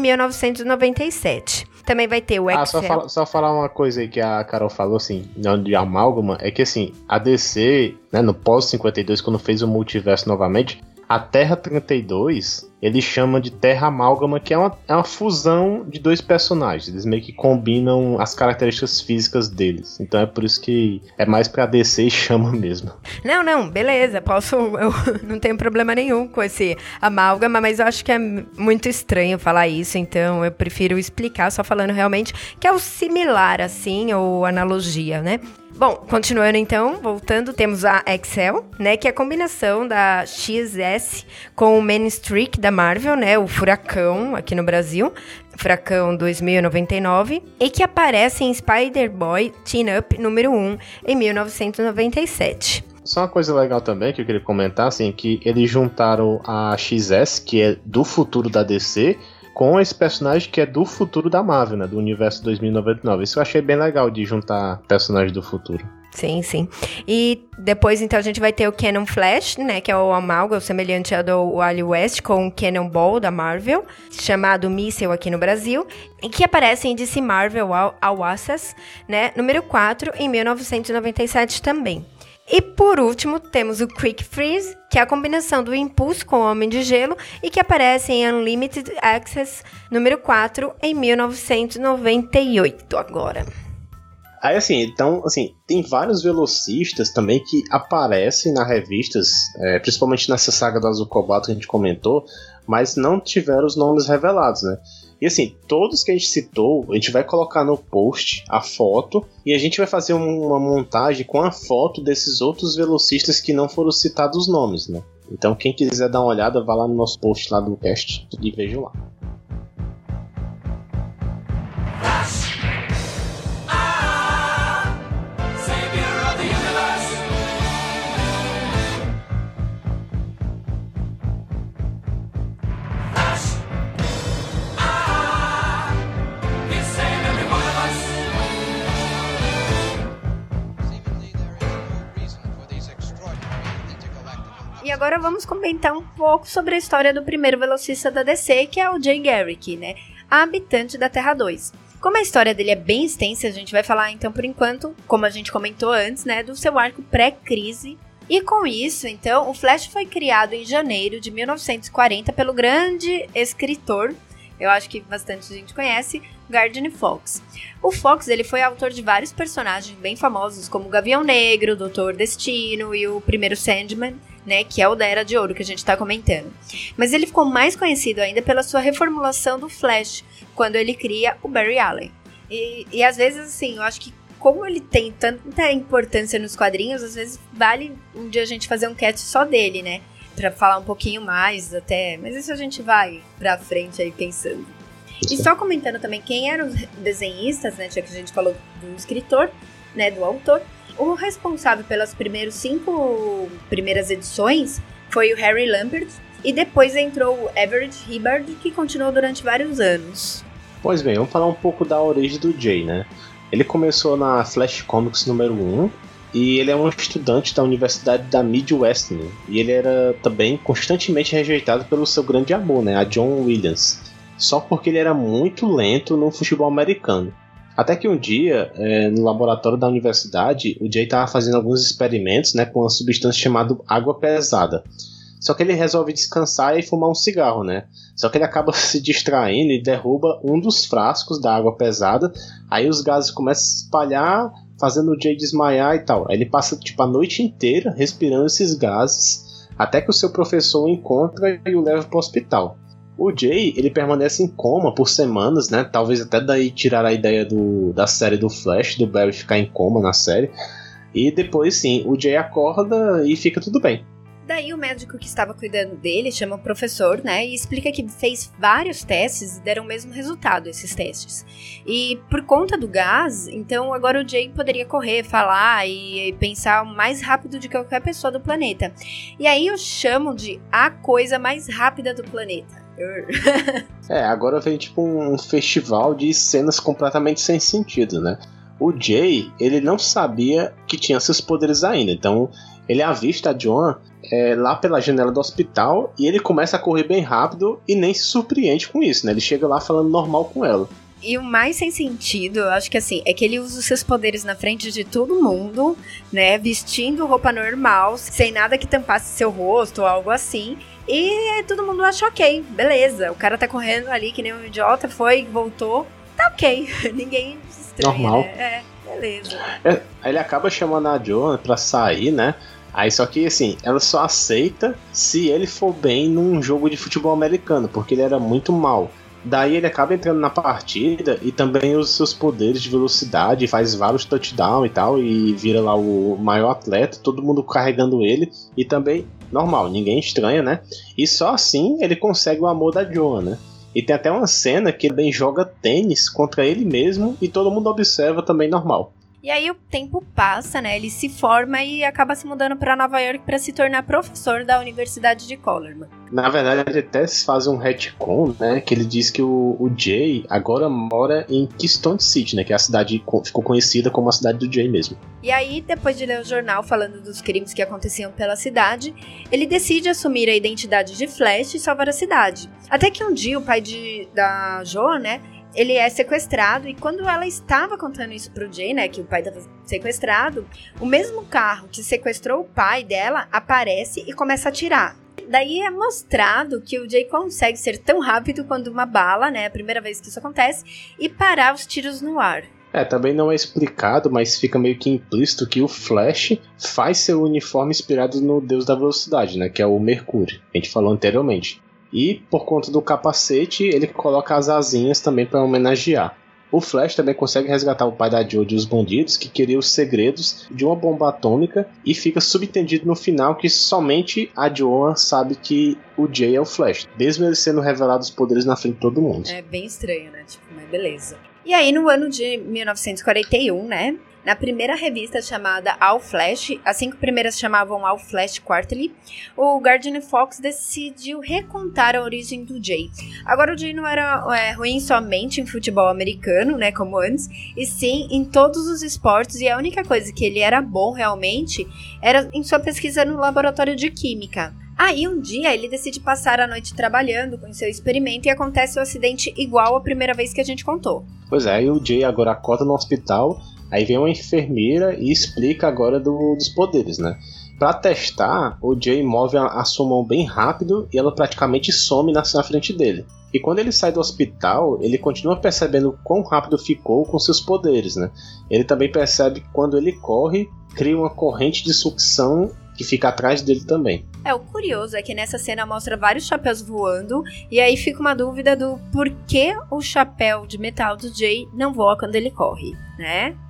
1997. Também vai ter o Excel. Só falar uma coisa aí que a Carol falou, assim, de amálgama, é que assim, a DC, né, no pós-52, quando fez o multiverso novamente, a Terra 32, ele chama de Terra Amálgama, que é uma fusão de dois personagens. Eles meio que combinam as características físicas deles. Então é por isso que é mais pra DC e chama mesmo. Não, beleza. Eu não tenho problema nenhum com esse amálgama, mas eu acho que é muito estranho falar isso. Então eu prefiro explicar só falando realmente que é o similar, assim, ou analogia, né? Bom, continuando então, voltando, temos a Excel, né, que é a combinação da XS com o Man Streak da Marvel, né, o Furacão aqui no Brasil, Furacão 2099, e que aparece em Spider-Boy Teen Up número 1 em 1997. Só uma coisa legal também que eu queria comentar, assim, que eles juntaram a XS, que é do futuro da DC, com esse personagem que é do futuro da Marvel, né? Do universo 2099. Isso eu achei bem legal de juntar personagens do futuro. Sim. E depois, então, a gente vai ter o Cannon Flash, né? Que é o amálgama semelhante ao do Wally West com o Cannonball da Marvel, chamado Missile aqui no Brasil, e que aparece em DC Marvel All Access, né? Número 4, em 1997 também. E por último, temos o Quick Freeze, que é a combinação do Impulso com o Homem de Gelo e que aparece em Unlimited Access número 4 em 1998 agora. Aí assim, então, assim, tem vários velocistas também que aparecem nas revistas, principalmente nessa saga do Azul Cobalto que a gente comentou, mas não tiveram os nomes revelados, né? E assim, todos que a gente citou, a gente vai colocar no post a foto e a gente vai fazer uma montagem com a foto desses outros velocistas que não foram citados os nomes, né? Então quem quiser dar uma olhada, vá lá no nosso post lá do cast e vejam lá. E agora vamos comentar um pouco sobre a história do primeiro velocista da DC, que é o Jay Garrick, né? A habitante da Terra 2. Como a história dele é bem extensa, a gente vai falar então por enquanto, como a gente comentou antes, né, do seu arco pré-crise. E com isso, então, o Flash foi criado em janeiro de 1940 pelo grande escritor, eu acho que bastante gente conhece, Gardner Fox. O Fox, ele foi autor de vários personagens bem famosos, como o Gavião Negro, o Doutor Destino e o primeiro Sandman, né, que é o da Era de Ouro que a gente tá comentando. Mas ele ficou mais conhecido ainda pela sua reformulação do Flash, quando ele cria o Barry Allen. E às vezes, assim, eu acho que como ele tem tanta importância nos quadrinhos, às vezes vale um dia a gente fazer um cast só dele, né? pra falar um pouquinho mais até, mas isso a gente vai pra frente aí pensando. E só comentando também quem eram os desenhistas, né, já que a gente falou do escritor, né, do autor, o responsável pelas cinco primeiras edições foi o Harry Lampert, e depois entrou o Everett Hibbard, que continuou durante vários anos. Pois bem, vamos falar um pouco da origem do Jay, né? Ele começou na Flash Comics número 1, e ele é um estudante da Universidade da Midwest, né? E ele era também constantemente rejeitado pelo seu grande amor, né? A John Williams, só porque ele era muito lento no futebol americano. Até que um dia, no laboratório da universidade, o Jay estava fazendo alguns experimentos, né, com uma substância chamada água pesada. Só que ele resolve descansar e fumar um cigarro, né? Só que ele acaba se distraindo e derruba um dos frascos da água pesada. Aí os gases começam a se espalhar, fazendo o Jay desmaiar e tal. Aí ele passa a noite inteira respirando esses gases, até que o seu professor o encontra e o leva para o hospital. O Jay, ele permanece em coma por semanas, né? Talvez até daí tirar a ideia da série do Flash, do Barry ficar em coma na série. E depois sim, o Jay acorda e fica tudo bem. Daí o médico que estava cuidando dele chama o professor, né, e explica que fez vários testes e deram o mesmo resultado, esses testes. E por conta do gás, então agora o Jay poderia correr, falar e pensar mais rápido de qualquer pessoa do planeta. E aí eu chamo de a coisa mais rápida do planeta. Agora vem tipo um festival de cenas completamente sem sentido, né? O Jay, ele não sabia que tinha seus poderes ainda, então ele avista a Joan lá pela janela do hospital e ele começa a correr bem rápido e nem se surpreende com isso, né? Ele chega lá falando normal com ela. E o mais sem sentido, eu acho que assim, é que ele usa os seus poderes na frente de todo mundo, né? Vestindo roupa normal, sem nada que tampasse seu rosto ou algo assim. E todo mundo acha ok, beleza. O cara tá correndo ali que nem um idiota, foi, voltou, tá ok. Ninguém se estranha, normal. Né? Beleza. Aí ele acaba chamando a Joan pra sair, né? Aí só que assim, ela só aceita se ele for bem num jogo de futebol americano, porque ele era muito mal. Daí ele acaba entrando na partida e também usa seus poderes de velocidade, faz vários touchdowns e tal, e vira lá o maior atleta, todo mundo carregando ele, e também, normal, ninguém estranha, né? E só assim ele consegue o amor da Joan, né? E tem até uma cena que ele bem joga tênis contra ele mesmo e todo mundo observa também normal. E aí o tempo passa, né? Ele se forma e acaba se mudando para Nova York para se tornar professor da Universidade de Colorman. Na verdade, ele até faz um retcon, né? Que ele diz que o Jay agora mora em Keystone City, né? Que é a cidade que ficou conhecida como a cidade do Jay mesmo. E aí, depois de ler o jornal falando dos crimes que aconteciam pela cidade, ele decide assumir a identidade de Flash e salvar a cidade. Até que um dia o pai da Jo, né? Ele é sequestrado e quando ela estava contando isso pro Jay, né, que o pai estava sequestrado, o mesmo carro que sequestrou o pai dela aparece e começa a atirar. Daí é mostrado que o Jay consegue ser tão rápido quanto uma bala, né, a primeira vez que isso acontece, e parar os tiros no ar. Também não é explicado, mas fica meio que implícito que o Flash faz seu uniforme inspirado no deus da velocidade, né, que é o Mercúrio, que a gente falou anteriormente. E por conta do capacete, ele coloca as asinhas também para homenagear. O Flash também consegue resgatar o pai da Jo de os bandidos que queriam os segredos de uma bomba atômica e fica subentendido no final que somente a Joan sabe que o Jay é o Flash, mesmo ele sendo revelado os poderes na frente de todo mundo. É bem estranho, né? Mas beleza. E aí no ano de 1941, né? Na primeira revista chamada All Flash, as 5 primeiras chamavam All Flash Quarterly, o Gardner Fox decidiu recontar a origem do Jay. Agora o Jay não era ruim somente em futebol americano, né, como antes, e sim em todos os esportes, e a única coisa que ele era bom realmente era em sua pesquisa no laboratório de química. Aí um dia ele decide passar a noite trabalhando com seu experimento e acontece um acidente igual à primeira vez que a gente contou. Pois é, aí o Jay agora acorda no hospital. Aí vem uma enfermeira e explica agora dos poderes, né? Pra testar, o Jay move a sua mão bem rápido e ela praticamente some na frente dele. E quando ele sai do hospital, ele continua percebendo quão rápido ficou com seus poderes, né? Ele também percebe que quando ele corre, cria uma corrente de sucção que fica atrás dele também. O curioso é que nessa cena mostra vários chapéus voando, e aí fica uma dúvida do porquê o chapéu de metal do Jay não voa quando ele corre, né?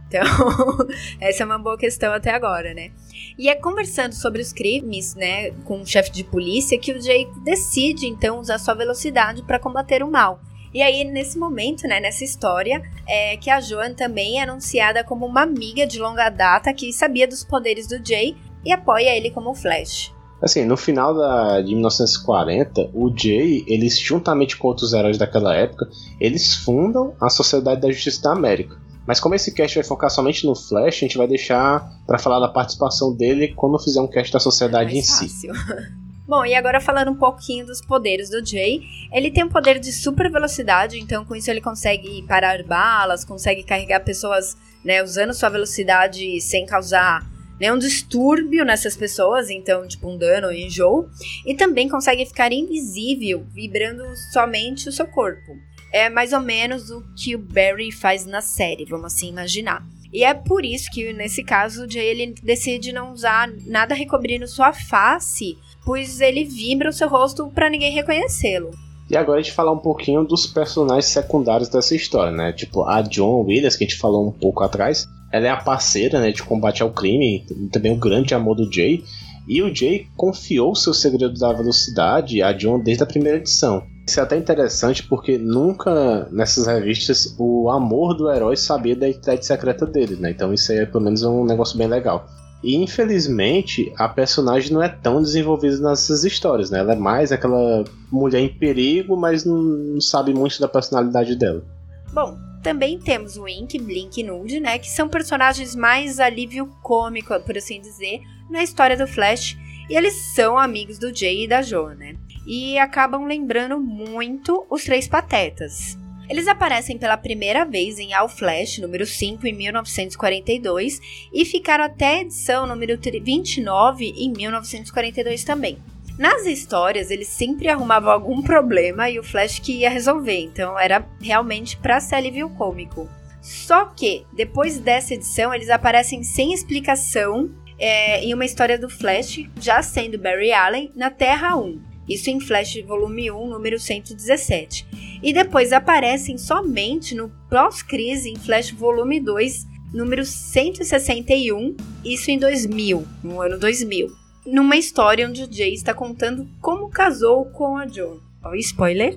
Então, essa é uma boa questão até agora, né? E é conversando sobre os crimes, né, com o chefe de polícia, que o Jay decide, então, usar sua velocidade para combater o mal. E aí, nesse momento, né, nessa história, é que a Joan também é anunciada como uma amiga de longa data que sabia dos poderes do Jay e apoia ele como Flash. Assim, no final de 1940, o Jay, eles, juntamente com outros heróis daquela época, eles fundam a Sociedade da Justiça da América. Mas como esse cast vai focar somente no Flash, a gente vai deixar pra falar da participação dele quando fizer um cast da sociedade em si. Bom, e agora falando um pouquinho dos poderes do Jay, ele tem um poder de super velocidade, então com isso ele consegue parar balas, consegue carregar pessoas, né, usando sua velocidade sem causar nenhum distúrbio nessas pessoas, então tipo um dano ou enjoo, e também consegue ficar invisível, vibrando somente o seu corpo. É mais ou menos o que o Barry faz na série, vamos assim imaginar. E é por isso que, nesse caso, o Jay ele decide não usar nada recobrindo sua face, pois ele vibra o seu rosto para ninguém reconhecê-lo. E agora a gente falar um pouquinho dos personagens secundários dessa história, né? Tipo, a Joan Williams, que a gente falou um pouco atrás, ela é a parceira, né, de combate ao crime, e também o grande amor do Jay. E o Jay confiou seu segredo da velocidade a Joan desde a primeira edição. Isso é até interessante porque nunca nessas revistas o amor do herói sabia da identidade secreta dele, né? Então isso aí é pelo menos um negócio bem legal. E infelizmente a personagem não é tão desenvolvida nessas histórias, né? Ela é mais aquela mulher em perigo, mas não sabe muito da personalidade dela. Bom, também temos o Wink, Blink e Nude, né? Que são personagens mais alívio cômico, por assim dizer, na história do Flash. E eles são amigos do Jay e da Joan, né? E acabam lembrando muito os Três Patetas. Eles aparecem pela primeira vez em All Flash, número 5, em 1942, e ficaram até a edição número 29, em 1942 também. Nas histórias, eles sempre arrumavam algum problema e o Flash que ia resolver, então era realmente pra ser alívio cômico. Só que, depois dessa edição, eles aparecem sem explicação em uma história do Flash, já sendo Barry Allen, na Terra 1. Isso em Flash volume 1, número 117. E depois aparecem somente no pós-crise em Flash volume 2, número 161, isso em 2000, no ano 2000. Numa história onde o Jay está contando como casou com a Joan. Ó, spoiler!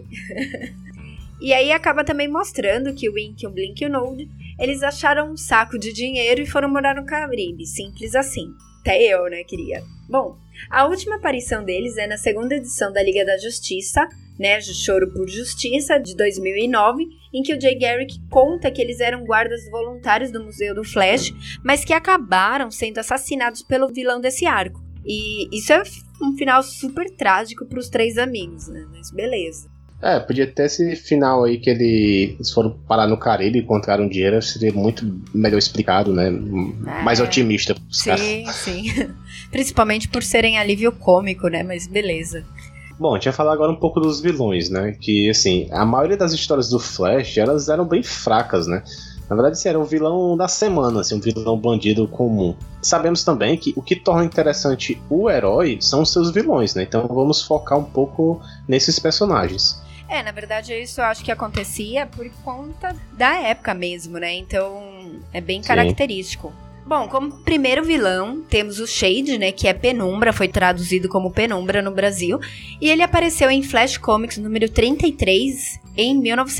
E aí acaba também mostrando que o Wink, o Blink e o Nude, eles acharam um saco de dinheiro e foram morar no Caribe, simples assim. Até eu, né, queria. Bom, a última aparição deles é na segunda edição da Liga da Justiça, né, Choro por Justiça, de 2009, em que o Jay Garrick conta que eles eram guardas voluntários do Museu do Flash, mas que acabaram sendo assassinados pelo vilão desse arco. E isso é um final super trágico para os três amigos, né, mas beleza. Podia ter esse final aí que eles foram parar no Caribe e encontraram dinheiro, seria muito melhor explicado, né? Mais otimista. Sim, sim. Principalmente por serem alívio cômico, né? Mas beleza. Bom, a gente vai falar agora um pouco dos vilões, né? Que, assim, a maioria das histórias do Flash, elas eram bem fracas, né? Na verdade, assim, era um vilão da semana, assim, um vilão bandido comum. Sabemos também que o que torna interessante o herói são os seus vilões, né? Então vamos focar um pouco nesses personagens. Na verdade, isso eu acho que acontecia por conta da época mesmo, né? Então, é bem característico. Bom, como primeiro vilão, temos o Shade, né? Que é Penumbra, foi traduzido como Penumbra no Brasil. E ele apareceu em Flash Comics número 33, em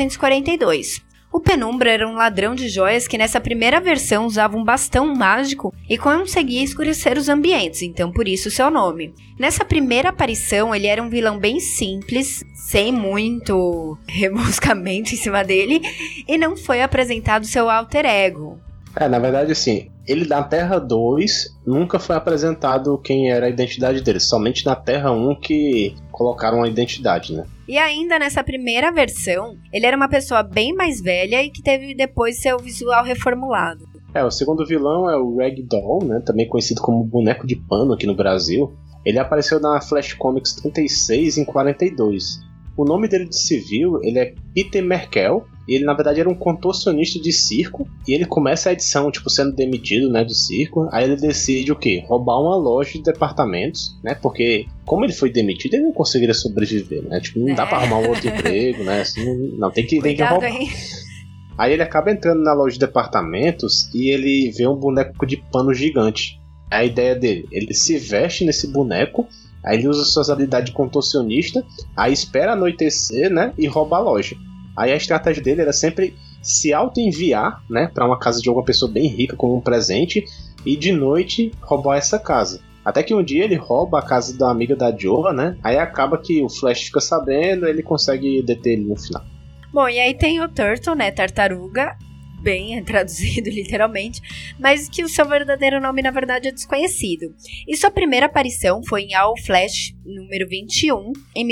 1942. O Penumbra era um ladrão de joias que nessa primeira versão usava um bastão mágico e conseguia escurecer os ambientes, então por isso seu nome. Nessa primeira aparição ele era um vilão bem simples, sem muito rebuscamento em cima dele, e não foi apresentado seu alter ego. Na verdade, assim, ele na Terra 2 nunca foi apresentado quem era a identidade dele, somente na Terra 1 que colocaram a identidade, né? E ainda nessa primeira versão, ele era uma pessoa bem mais velha e que teve depois seu visual reformulado. O segundo vilão é o Ragdoll, né? Também conhecido como Boneco de Pano aqui no Brasil. Ele apareceu na Flash Comics 36 em 42. O nome dele de civil, ele é Peter Merkel. E ele, na verdade, era um contorcionista de circo. E ele começa a edição, sendo demitido, né, do circo. Aí ele decide o quê? Roubar uma loja de departamentos, né? Porque, como ele foi demitido, ele não conseguiria sobreviver, né? Não dá pra arrumar um outro emprego, né? Assim, não, tem que roubar. Aí ele acaba entrando na loja de departamentos e ele vê um boneco de pano gigante. A ideia dele, ele se veste nesse boneco, aí ele usa suas habilidades de contorcionista, aí espera anoitecer, né, e rouba a loja. Aí a estratégia dele era sempre se auto-enviar, né, para uma casa de alguma pessoa bem rica como um presente e de noite roubar essa casa. Até que um dia ele rouba a casa da amiga da Joa, né? Aí acaba que o Flash fica sabendo e ele consegue deter ele no final. Bom, e aí tem o Turtle, né, tartaruga, bem traduzido literalmente, mas que o seu verdadeiro nome na verdade é desconhecido. E sua primeira aparição foi em All Flash número 21, em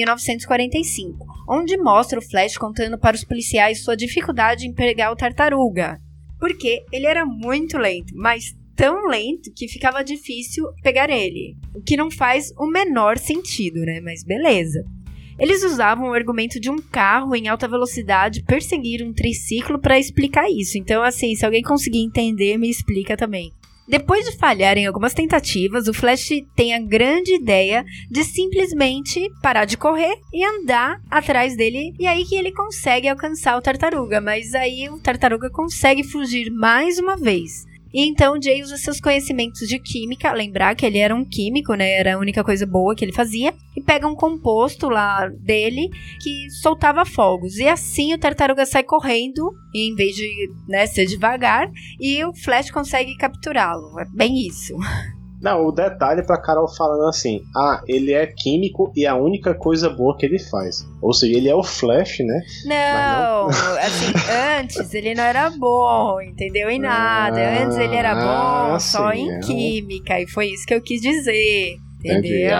1945, onde mostra o Flash contando para os policiais sua dificuldade em pegar o tartaruga, porque ele era muito lento, mas tão lento que ficava difícil pegar ele, o que não faz o menor sentido, né, mas beleza. Eles usavam o argumento de um carro em alta velocidade perseguir um triciclo para explicar isso. Então, assim, se alguém conseguir entender, me explica também. Depois de falhar em algumas tentativas, o Flash tem a grande ideia de simplesmente parar de correr e andar atrás dele. E aí que ele consegue alcançar o Tartaruga. Mas aí o Tartaruga consegue fugir mais uma vez. E então o Jay usa seus conhecimentos de química, lembrar que ele era um químico, né, era a única coisa boa que ele fazia, e pega um composto lá dele que soltava fogos. E assim o Tartaruga sai correndo, em vez de, né, ser devagar, e o Flash consegue capturá-lo. É bem isso. Não, o detalhe pra Carol falando assim, ele é químico e a única coisa boa que ele faz. Ou seja, ele é o Flash, né? Não, assim, antes ele não era bom, entendeu? Em nada. Antes ele era bom só em química, e foi isso que eu quis dizer. Entendeu?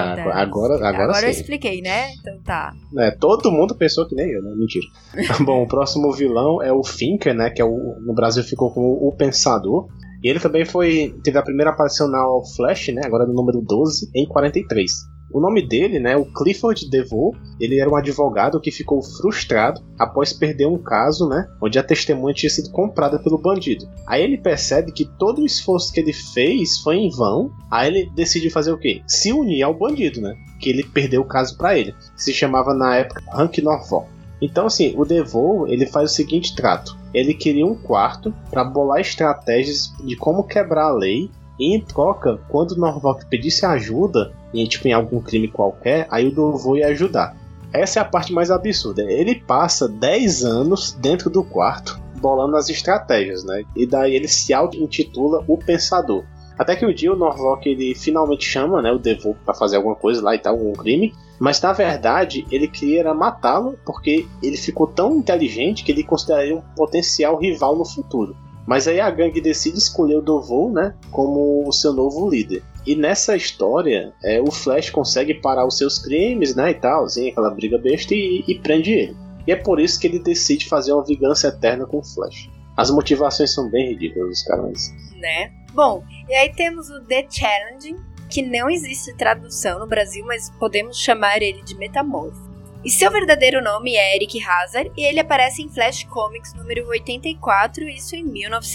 Agora eu expliquei, né? Então tá. Todo mundo pensou que nem eu, né? Mentira. Bom, o próximo vilão é o Thinker, né? Que no Brasil ficou como o Pensador. E ele também teve a primeira aparição na All Flash, né, agora no número 12, em 43. O nome dele, né, o Clifford DeVoe, ele era um advogado que ficou frustrado após perder um caso, né, onde a testemunha tinha sido comprada pelo bandido. Aí ele percebe que todo o esforço que ele fez foi em vão, aí ele decide fazer o quê? Se unir ao bandido, né, que ele perdeu o caso para ele. Se chamava na época Hank Norfolk. Então, assim, o DeVoe, ele faz o seguinte trato. Ele queria um quarto para bolar estratégias de como quebrar a lei, e em troca, quando o Norfolk pedisse ajuda, em algum crime qualquer, aí o DeVoe ia ajudar. Essa é a parte mais absurda. Ele passa 10 anos dentro do quarto, bolando as estratégias, né? E daí ele se auto-intitula o Pensador. Até que um dia o Norfolk, ele finalmente chama, né, o DeVoe para fazer alguma coisa lá e tal, algum crime. Mas na verdade ele queria matá-lo porque ele ficou tão inteligente que ele consideraria um potencial rival no futuro. Mas aí a gangue decide escolher o DeVoe, né, como o seu novo líder. E nessa história o Flash consegue parar os seus crimes, né, e tal, assim, aquela briga besta, e prende ele. E é por isso que ele decide fazer uma vingança eterna com o Flash. As motivações são bem ridículas dos caras. Né? Bom, e aí temos o The Challenging, que não existe tradução no Brasil, mas podemos chamar ele de Metamorfo. E seu verdadeiro nome é Eric Hazard, e ele aparece em Flash Comics número 84, isso em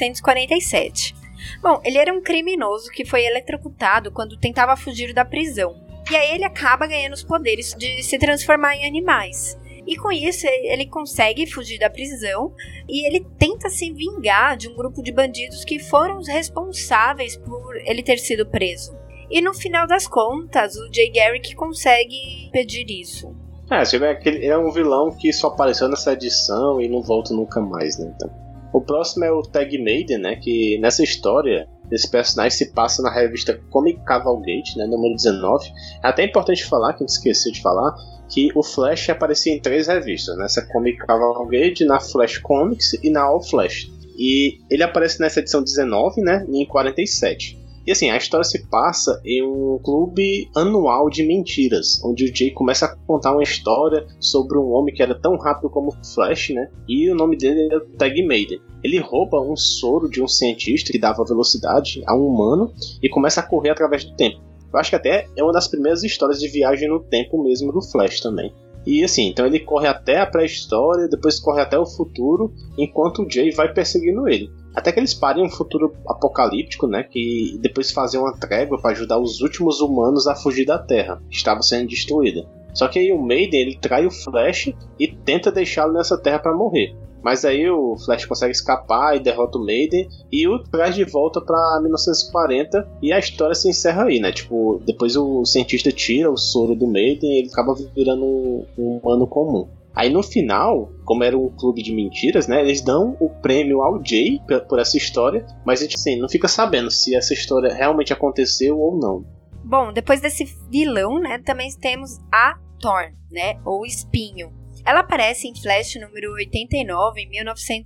1947. Bom, ele era um criminoso que foi eletrocutado quando tentava fugir da prisão. E aí ele acaba ganhando os poderes de se transformar em animais. E com isso ele consegue fugir da prisão e ele tenta se vingar de um grupo de bandidos que foram os responsáveis por ele ter sido preso. E no final das contas, o Jay Garrick consegue impedir isso. Você vê que ele é um vilão que só apareceu nessa edição e não volta nunca mais, né? Então, o próximo é o Tag Maiden, né? Que nessa história, esse personagem se passa na revista Comic Cavalgate, né? Número 19. É até importante falar, que a gente esqueceu de falar, que o Flash aparecia em 3 revistas, nessa Comic Cavalgate, na Flash Comics e na All Flash. E ele aparece nessa edição 19, né? Em 47. E assim, a história se passa em um clube anual de mentiras, onde o Jay começa a contar uma história sobre um homem que era tão rápido como o Flash, né? E o nome dele é Tag Maiden. Ele rouba um soro de um cientista que dava velocidade a um humano e começa a correr através do tempo. Eu acho que até é uma das primeiras histórias de viagem no tempo mesmo do Flash também. E assim, então ele corre até a pré-história, depois corre até o futuro, enquanto o Jay vai perseguindo ele. Até que eles parem um futuro apocalíptico, né? Que depois fazem uma trégua para ajudar os últimos humanos a fugir da Terra, que estava sendo destruída. Só que aí o Maiden, ele trai o Flash e tenta deixá-lo nessa Terra para morrer. Mas aí o Flash consegue escapar e derrota o Maiden, e o traz de volta pra 1940, e a história se encerra aí, né? Tipo, depois o cientista tira o soro do Maiden e ele acaba virando um humano comum. Aí no final, como era um clube de mentiras, né, eles dão o prêmio ao Jay por essa história, mas a gente assim, não fica sabendo se essa história realmente aconteceu ou não. Bom, depois desse vilão, né, também temos a Thorn, né, ou Espinho. Ela aparece em Flash número 89, em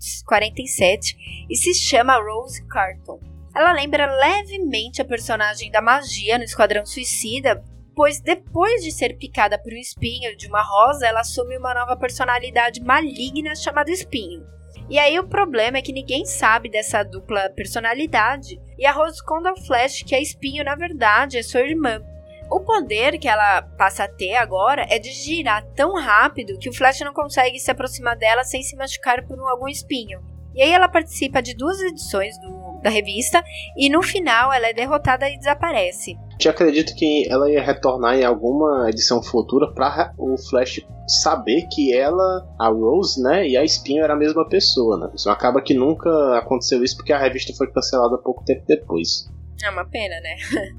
1947, e se chama Rose Carton. Ela lembra levemente a personagem da magia no Esquadrão Suicida, pois depois de ser picada por um espinho de uma rosa, ela assume uma nova personalidade maligna chamada Espinho. E aí o problema é que ninguém sabe dessa dupla personalidade, e a Rose conta ao Flash que a Espinho, na verdade, é sua irmã. O poder que ela passa a ter agora é de girar tão rápido que o Flash não consegue se aproximar dela sem se machucar por algum espinho. E aí ela participa de 2 edições da revista e no final ela é derrotada e desaparece. Eu acredito que ela ia retornar em alguma edição futura para o Flash saber que ela, a Rose, né, e a Espinho era a mesma pessoa, né? Isso acaba que nunca aconteceu isso porque a revista foi cancelada pouco tempo depois. É uma pena, né?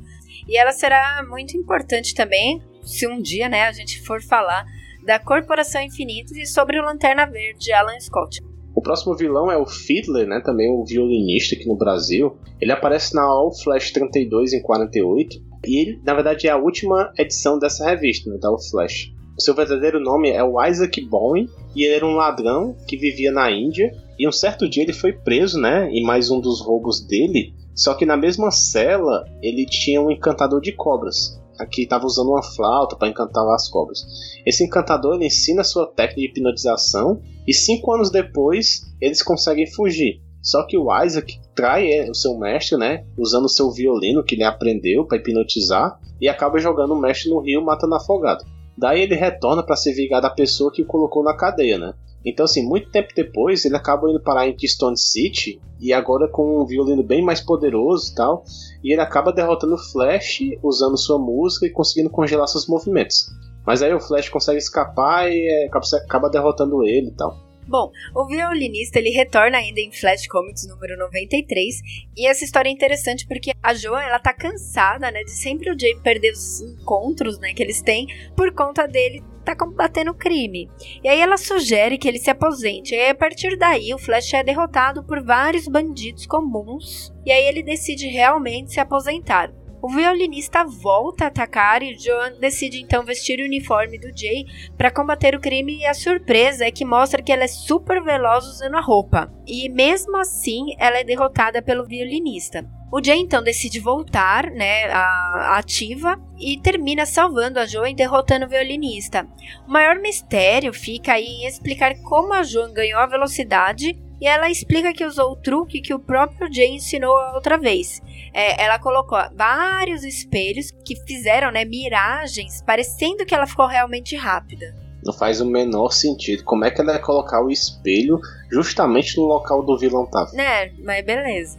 E ela será muito importante também se um dia, né, a gente for falar da Corporação Infinita e sobre o Lanterna Verde, Alan Scott. O próximo vilão é o Fiddler, né, também o violinista aqui no Brasil. Ele aparece na All Flash 32 em 48 e ele, na verdade, é a última edição dessa revista, né, da All Flash. O seu verdadeiro nome é o Isaac Bowen e ele era um ladrão que vivia na Índia e um certo dia ele foi preso, né, em mais um dos roubos dele. Só que na mesma cela ele tinha um encantador de cobras. Aqui estava usando uma flauta para encantar as cobras. Esse encantador ele ensina sua técnica de hipnotização e 5 anos depois eles conseguem fugir. Só que o Isaac trai o seu mestre, né, usando o seu violino que ele aprendeu para hipnotizar e acaba jogando o mestre no rio matando afogado. Daí ele retorna para se vingar da pessoa que o colocou na cadeia, né? Então, assim, muito tempo depois, ele acaba indo parar em Keystone City, e agora com um violino bem mais poderoso e tal, e ele acaba derrotando o Flash, usando sua música e conseguindo congelar seus movimentos. Mas aí o Flash consegue escapar e acaba derrotando ele e tal. Bom, o violinista ele retorna ainda em Flash Comics número 93, e essa história é interessante porque a Joan, ela tá cansada, né, de sempre o Jay perder os encontros, né, que eles têm por conta dele tá combatendo o crime. E aí ela sugere que ele se aposente, e aí, a partir daí o Flash é derrotado por vários bandidos comuns, e aí ele decide realmente se aposentar. O violinista volta a atacar e Joan decide então vestir o uniforme do Jay para combater o crime, e a surpresa é que mostra que ela é super veloz usando a roupa. E mesmo assim ela é derrotada pelo violinista. O Jay então decide voltar, né, à ativa e termina salvando a Joan e derrotando o violinista. O maior mistério fica aí em explicar como a Joan ganhou a velocidade. E ela explica que usou o truque que o próprio Jay ensinou a outra vez. Ela colocou vários espelhos que fizeram, né, miragens, parecendo que ela ficou realmente rápida. Não faz o menor sentido. Como é que ela ia colocar o espelho justamente no local do vilão tava? Né, mas beleza.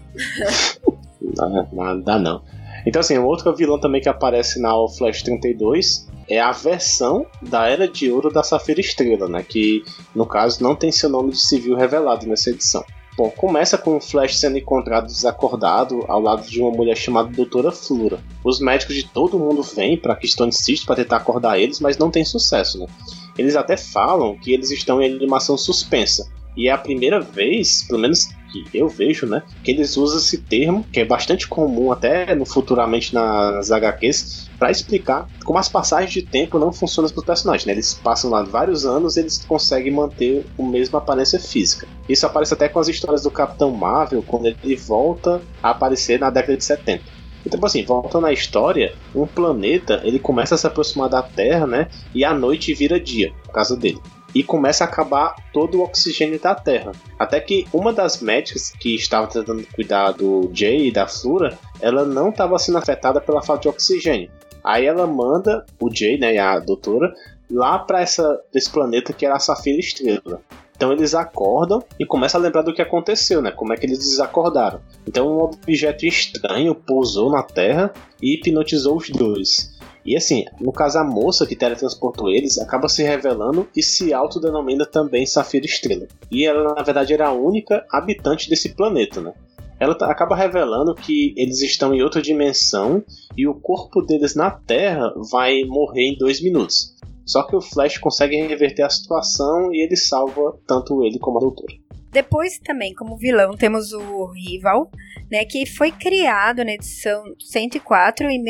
Não dá não. Então assim, um outro vilão também que aparece na All Flash 32... é a versão da Era de Ouro da Safira Estrela, né? Que, no caso, não tem seu nome de civil revelado nessa edição. Bom, começa com o Flash sendo encontrado desacordado ao lado de uma mulher chamada Doutora Flora. Os médicos de todo mundo vêm para Keystone City para tentar acordar eles, mas não tem sucesso, né? Eles até falam que eles estão em animação suspensa. E é a primeira vez, pelo menos que eu vejo, né, que eles usam esse termo, que é bastante comum até no futuramente nas HQs, para explicar como as passagens de tempo não funcionam para os personagens, né? Eles passam lá vários anos e eles conseguem manter a mesma aparência física. Isso aparece até com as histórias do Capitão Marvel, quando ele volta a aparecer na década de 70. Então, assim, voltando à história, um planeta ele começa a se aproximar da Terra, né, e a noite vira dia, por causa dele. E começa a acabar todo o oxigênio da Terra. Até que uma das médicas que estava tentando cuidar do Jay e da Flora, ela não estava sendo afetada pela falta de oxigênio. Aí ela manda o Jay, né, e a doutora, lá para esse planeta que era a Safira Estrela. Então eles acordam e começam a lembrar do que aconteceu, né? Como é que eles desacordaram. Então um objeto estranho pousou na Terra e hipnotizou os dois. E assim, no caso a moça que teletransportou eles acaba se revelando e se autodenomina também Safira Estrela. E ela na verdade era a única habitante desse planeta, né? Ela acaba revelando que eles estão em outra dimensão e o corpo deles na Terra vai morrer em 2 minutos. Só que o Flash consegue reverter a situação e ele salva tanto ele como a Doutora. Depois também, como vilão, temos o Rival, né, que foi criado na edição 104 em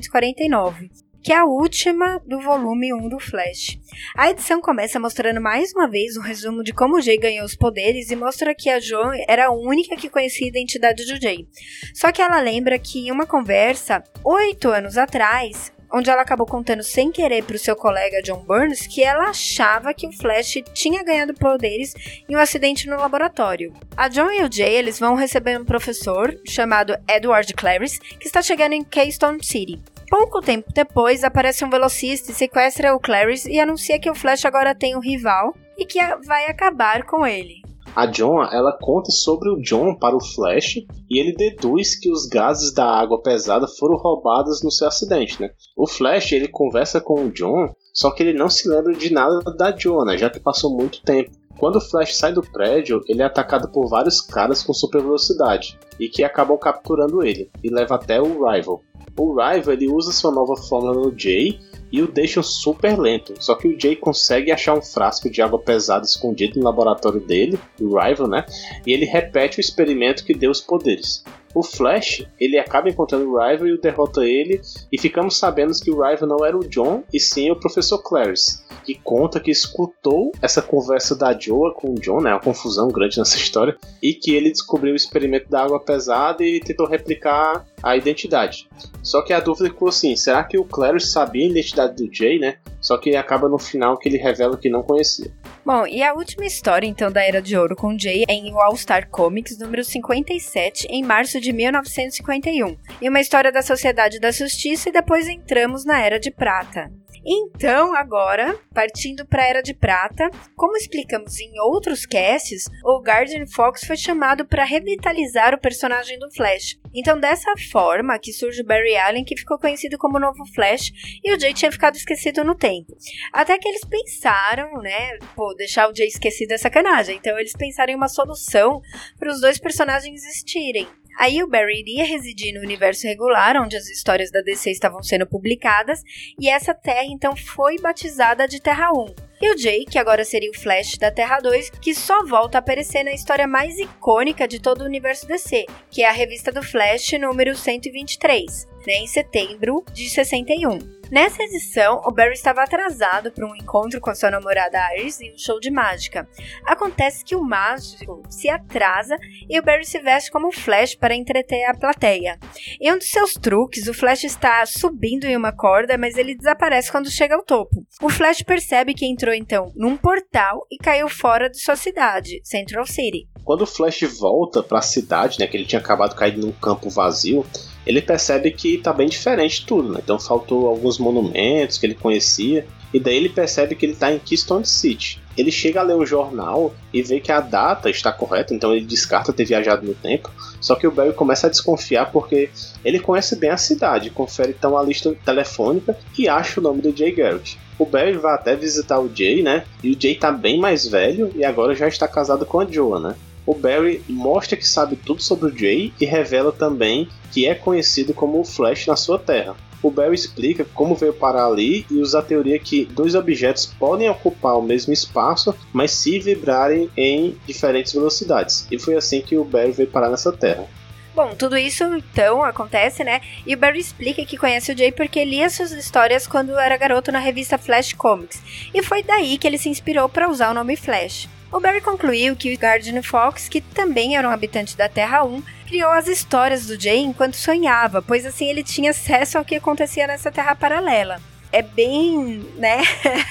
1949. Que é a última do volume 1 do Flash. A edição começa mostrando mais uma vez um resumo de como o Jay ganhou os poderes e mostra que a Jo era a única que conhecia a identidade do Jay. Só que ela lembra que em uma conversa, 8 anos atrás, onde ela acabou contando sem querer para o seu colega John Burns que ela achava que o Flash tinha ganhado poderes em um acidente no laboratório. A John e o Jay eles vão receber um professor chamado Edward Clarice que está chegando em Keystone City. Pouco tempo depois, aparece um velocista e sequestra o Clarice e anuncia que o Flash agora tem um rival e que vai acabar com ele. A John, ela conta sobre o John para o Flash e ele deduz que os gases da água pesada foram roubados no seu acidente, né? O Flash, ele conversa com o John, só que ele não se lembra de nada da John, né? Já que passou muito tempo. Quando o Flash sai do prédio, ele é atacado por vários caras com super velocidade e que acabam capturando ele e leva até o Rival. O Rival ele usa sua nova fórmula no Jay e o deixa super lento. Só que o Jay consegue achar um frasco de água pesada escondido no laboratório dele, o Rival, né? E ele repete o experimento que deu os poderes. O Flash, ele acaba encontrando o Rival e o derrota ele, e ficamos sabendo que o Rival não era o John, e sim o Professor Clarice, que conta que escutou essa conversa da Joa com o John, né, uma confusão grande nessa história, e que ele descobriu o experimento da água pesada e tentou replicar a identidade. Só que a dúvida ficou assim, será que o Clarice sabia a identidade do Jay, né? Só que acaba no final que ele revela que não conhecia. Bom, e a última história, então, da Era de Ouro com Jay é em All Star Comics, número 57, em março de 1951. E uma história da Sociedade da Justiça e depois entramos na Era de Prata. Então, agora, partindo para a Era de Prata, como explicamos em outros casts, o Guardian Fox foi chamado para revitalizar o personagem do Flash. Então, dessa forma que surge o Barry Allen, que ficou conhecido como o novo Flash, e o Jay tinha ficado esquecido no tempo. Até que eles pensaram, né, deixar o Jay esquecido é sacanagem. Então, eles pensaram em uma solução para os dois personagens existirem. Aí o Barry iria residir no universo regular, onde as histórias da DC estavam sendo publicadas, e essa Terra então foi batizada de Terra 1. E o Jay, que agora seria o Flash da Terra 2, que só volta a aparecer na história mais icônica de todo o universo DC, que é a revista do Flash número 123, né, em setembro de 61. Nessa edição, o Barry estava atrasado para um encontro com a sua namorada Iris em um show de mágica. Acontece que o mágico se atrasa e o Barry se veste como Flash para entreter a plateia. Em um dos seus truques, o Flash está subindo em uma corda, mas ele desaparece quando chega ao topo. O Flash percebe que entrou então num portal e caiu fora de sua cidade, Central City. Quando o Flash volta para a cidade, né, que ele tinha acabado de cair num campo vazio, ele percebe que tá bem diferente tudo, né? Então faltou alguns monumentos que ele conhecia, e daí ele percebe que ele tá em Keystone City. Ele chega a ler o jornal e vê que a data está correta, então ele descarta ter viajado no tempo, só que o Barry começa a desconfiar porque ele conhece bem a cidade, confere então a lista telefônica e acha o nome do Jay Garrett. O Barry vai até visitar o Jay, né? E o Jay tá bem mais velho e agora já está casado com a Joa, né? O Barry mostra que sabe tudo sobre o Jay e revela também que é conhecido como o Flash na sua terra. O Barry explica como veio parar ali e usa a teoria que dois objetos podem ocupar o mesmo espaço, mas se vibrarem em diferentes velocidades. E foi assim que o Barry veio parar nessa terra. Bom, tudo isso então acontece, né? E o Barry explica que conhece o Jay porque lia suas histórias quando era garoto na revista Flash Comics. E foi daí que ele se inspirou para usar o nome Flash. O Barry concluiu que o Guardian Fox, que também era um habitante da Terra 1, criou as histórias do Jay enquanto sonhava, pois assim ele tinha acesso ao que acontecia nessa Terra paralela. É bem, né?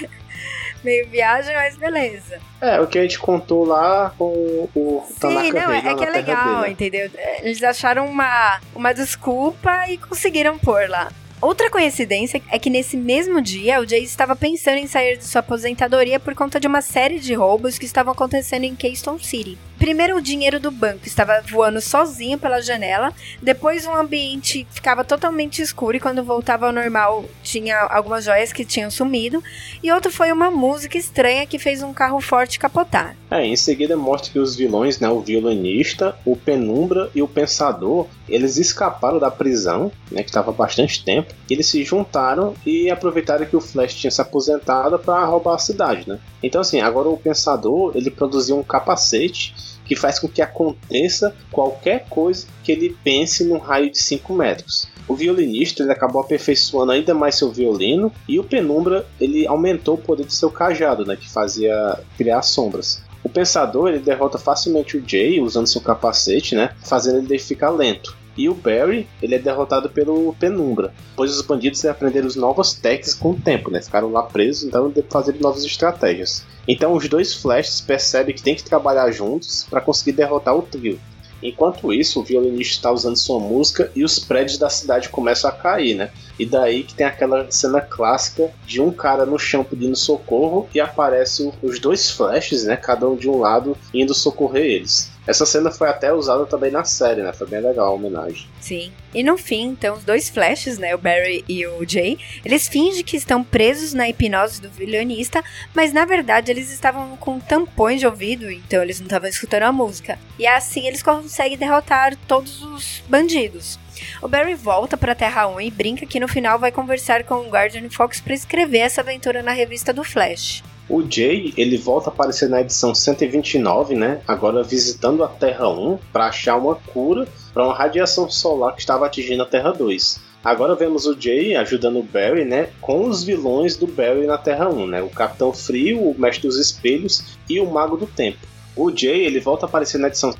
Meio viagem, mas beleza. É, o que a gente contou lá com o Tanaka. Sim, não, é que é legal, dele, entendeu? Eles acharam uma desculpa e conseguiram pôr lá. Outra coincidência é que nesse mesmo dia, o Jay estava pensando em sair de sua aposentadoria por conta de uma série de roubos que estavam acontecendo em Keystone City. Primeiro o dinheiro do banco estava voando sozinho pela janela, depois o ambiente ficava totalmente escuro e quando voltava ao normal tinha algumas joias que tinham sumido, e outro foi uma música estranha que fez um carro forte capotar. Em seguida mostra que os vilões, né, o violinista, o Penumbra e o Pensador, eles escaparam da prisão, né, que estava há bastante tempo, e eles se juntaram e aproveitaram que o Flash tinha se aposentado para roubar a cidade, né? Então assim, agora o Pensador, ele produziu um capacete que faz com que aconteça qualquer coisa que ele pense num raio de 5 metros. O violinista, ele acabou aperfeiçoando ainda mais seu violino, e o Penumbra, ele aumentou o poder do seu cajado, né, que fazia criar sombras. O Pensador, ele derrota facilmente o Jay usando seu capacete, né, fazendo ele ficar lento. E o Barry, ele é derrotado pelo Penumbra, pois os bandidos aprenderam as novas técnicas com o tempo, né? Ficaram lá presos, então fazer novas estratégias. Então os dois Flashes percebem que tem que trabalhar juntos para conseguir derrotar o trio. Enquanto isso, o violinista está usando sua música e os prédios da cidade começam a cair, né? E daí que tem aquela cena clássica de um cara no chão pedindo socorro e aparecem os dois Flashes, né? Cada um de um lado, indo socorrer eles. Essa cena foi até usada também na série, né? Foi bem legal a homenagem. Sim. E no fim, então, os dois Flashes, né? O Barry e o Jay, eles fingem que estão presos na hipnose do violinista, mas na verdade eles estavam com tampões de ouvido, então eles não estavam escutando a música. E assim eles conseguem derrotar todos os bandidos. O Barry volta pra Terra 1 e brinca que no final vai conversar com o Guardian Fox para escrever essa aventura na revista do Flash. O Jay, ele volta a aparecer na edição 129, né? Agora visitando a Terra 1 para achar uma cura para uma radiação solar que estava atingindo a Terra 2. Agora vemos o Jay ajudando o Barry, né? Com os vilões do Barry na Terra 1, né? O Capitão Frio, o Mestre dos Espelhos e o Mago do Tempo. O Jay, ele volta a aparecer na edição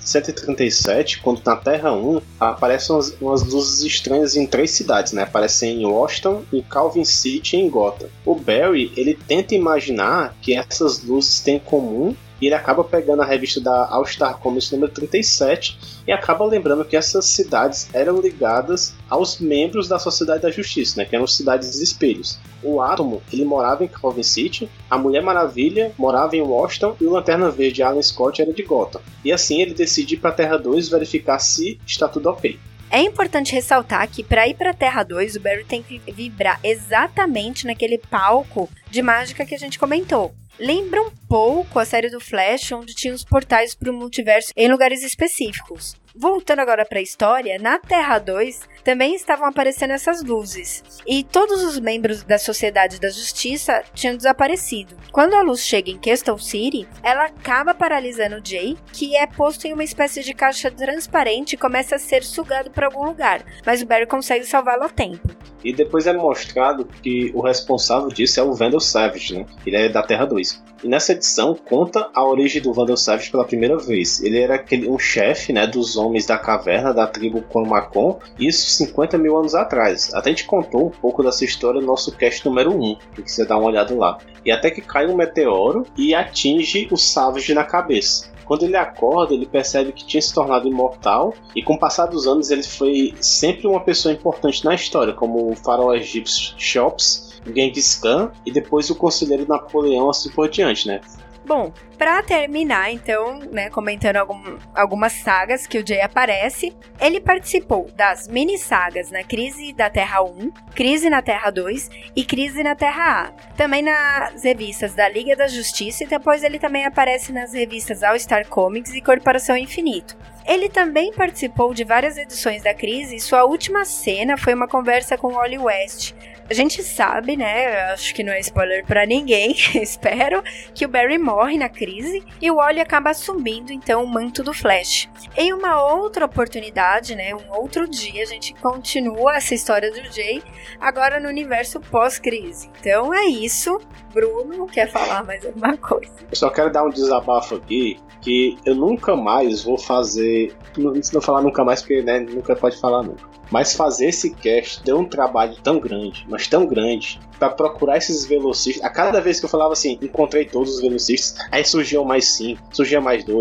137, quando na Terra 1 aparecem umas luzes estranhas em 3 cidades, né? Aparecem em Washington, em Calvin City e em Gotham. O Barry, ele tenta imaginar que essas luzes têm em comum e ele acaba pegando a revista da All Star Comics número 37 e acaba lembrando que essas cidades eram ligadas aos membros da Sociedade da Justiça, né, que eram cidades de espelhos. O Átomo, ele morava em Calvin City, a Mulher Maravilha morava em Washington e o Lanterna Verde, Alan Scott, era de Gotham. E assim ele decide ir para a Terra 2 verificar se está tudo ok. É importante ressaltar que para ir para a Terra 2, o Barry tem que vibrar exatamente naquele palco de mágica que a gente comentou. Lembra um pouco a série do Flash, onde tinha os portais para o multiverso em lugares específicos. Voltando agora para a história, na Terra 2 também estavam aparecendo essas luzes, e todos os membros da Sociedade da Justiça tinham desaparecido. Quando a luz chega em Castle City, ela acaba paralisando o Jay, que é posto em uma espécie de caixa transparente e começa a ser sugado para algum lugar, mas o Barry consegue salvá-lo a tempo. E depois é mostrado que o responsável disso é o Vandal Savage, né? Ele é da Terra 2. E nessa edição conta a origem do Vandal Savage pela primeira vez. Ele era um chefe, né, dos homens da caverna da tribo Cormacon, isso 50 mil anos atrás. Até a gente contou um pouco dessa história no nosso cast número 1, que você dá uma olhada lá. E até que cai um meteoro e atinge o Savage na cabeça. Quando ele acorda, ele percebe que tinha se tornado imortal e com o passar dos anos ele foi sempre uma pessoa importante na história, como o faraó egípcio Cheops, o Genghis Khan e depois o conselheiro Napoleão, assim por diante, né? Bom, pra terminar, então, né, comentando algumas sagas que o Jay aparece, ele participou das mini-sagas na Crise da Terra 1, Crise na Terra 2 e Crise na Terra A. Também nas revistas da Liga da Justiça e depois ele também aparece nas revistas All Star Comics e Corporação Infinito. Ele também participou de várias edições da Crise e sua última cena foi uma conversa com Wally West. A gente sabe, né, acho que não é spoiler pra ninguém, espero, que o Barry morre na Crise e o Wally acaba assumindo então o manto do Flash. Em uma outra oportunidade, né, um outro dia, a gente continua essa história do Jay, agora no universo pós-Crise. Então é isso. Bruno, quer falar mais alguma coisa? Eu só quero dar um desabafo aqui, que eu nunca mais vou fazer, não falar nunca mais porque, né, nunca pode falar nunca. Mas fazer esse cast deu um trabalho tão grande, mas tão grande, pra procurar esses velocistas. A cada vez que eu falava assim, encontrei todos os velocistas, aí surgiam mais 5, surgia mais 2.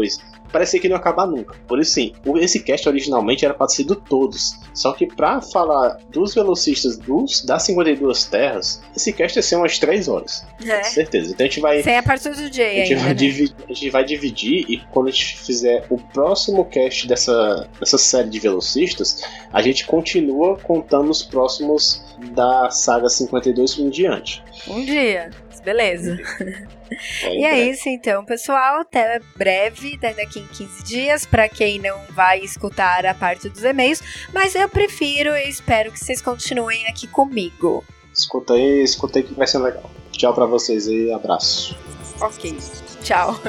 parecia que não ia acabar nunca. Por isso, sim, esse cast originalmente era pra ser do todos. Só que pra falar dos velocistas das 52 terras, esse cast ia ser umas 3 horas. Com certeza. Então a gente vai... Sem a parte do Jay ainda, a gente vai dividir, e quando a gente fizer o próximo cast dessa série de velocistas, a gente continua contando os próximos da saga 52 em diante. Um dia. Beleza. E é isso então, pessoal. Até breve, daqui em 15 dias, pra quem não vai escutar a parte dos e-mails. Mas eu prefiro e espero que vocês continuem aqui comigo. Escuta aí que vai ser legal. Tchau pra vocês aí, abraço. Ok, tchau.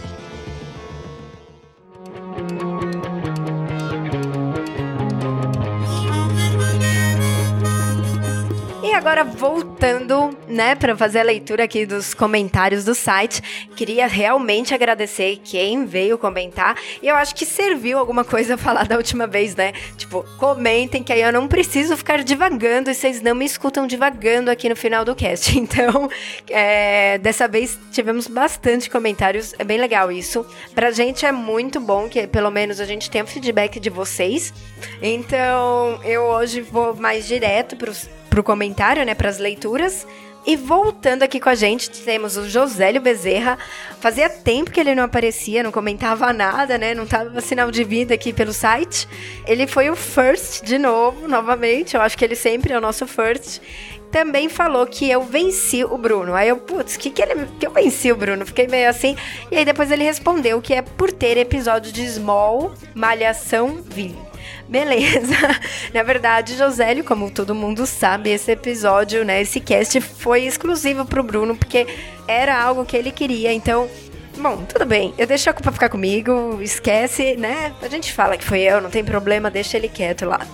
E agora, voltando, né, para fazer a leitura aqui dos comentários do site, queria realmente agradecer quem veio comentar, e eu acho que serviu alguma coisa a falar da última vez, né? Tipo, comentem, que aí eu não preciso ficar divagando, e vocês não me escutam divagando aqui no final do cast. Então, dessa vez tivemos bastante comentários, é bem legal isso. Pra gente é muito bom que pelo menos a gente tenha o feedback de vocês. Então, eu hoje vou mais direto pro comentário, né, pras leituras. E voltando aqui com a gente, temos o Josélio Bezerra. Fazia tempo que ele não aparecia, não comentava nada, né, não tava sinal de vida aqui pelo site. Ele foi o first de novo, novamente, eu acho que ele sempre é o nosso first. Também falou que eu venci o Bruno. Aí eu, putz, que eu venci o Bruno? Fiquei meio assim. E aí depois ele respondeu que é por ter episódio de Small, Malhação, Vim. Beleza. Na verdade, Josélio, como todo mundo sabe, esse episódio, né, esse cast foi exclusivo pro Bruno, porque era algo que ele queria, então... Bom, tudo bem, eu deixo a culpa ficar comigo, esquece, né? A gente fala que foi eu, não tem problema, deixa ele quieto lá.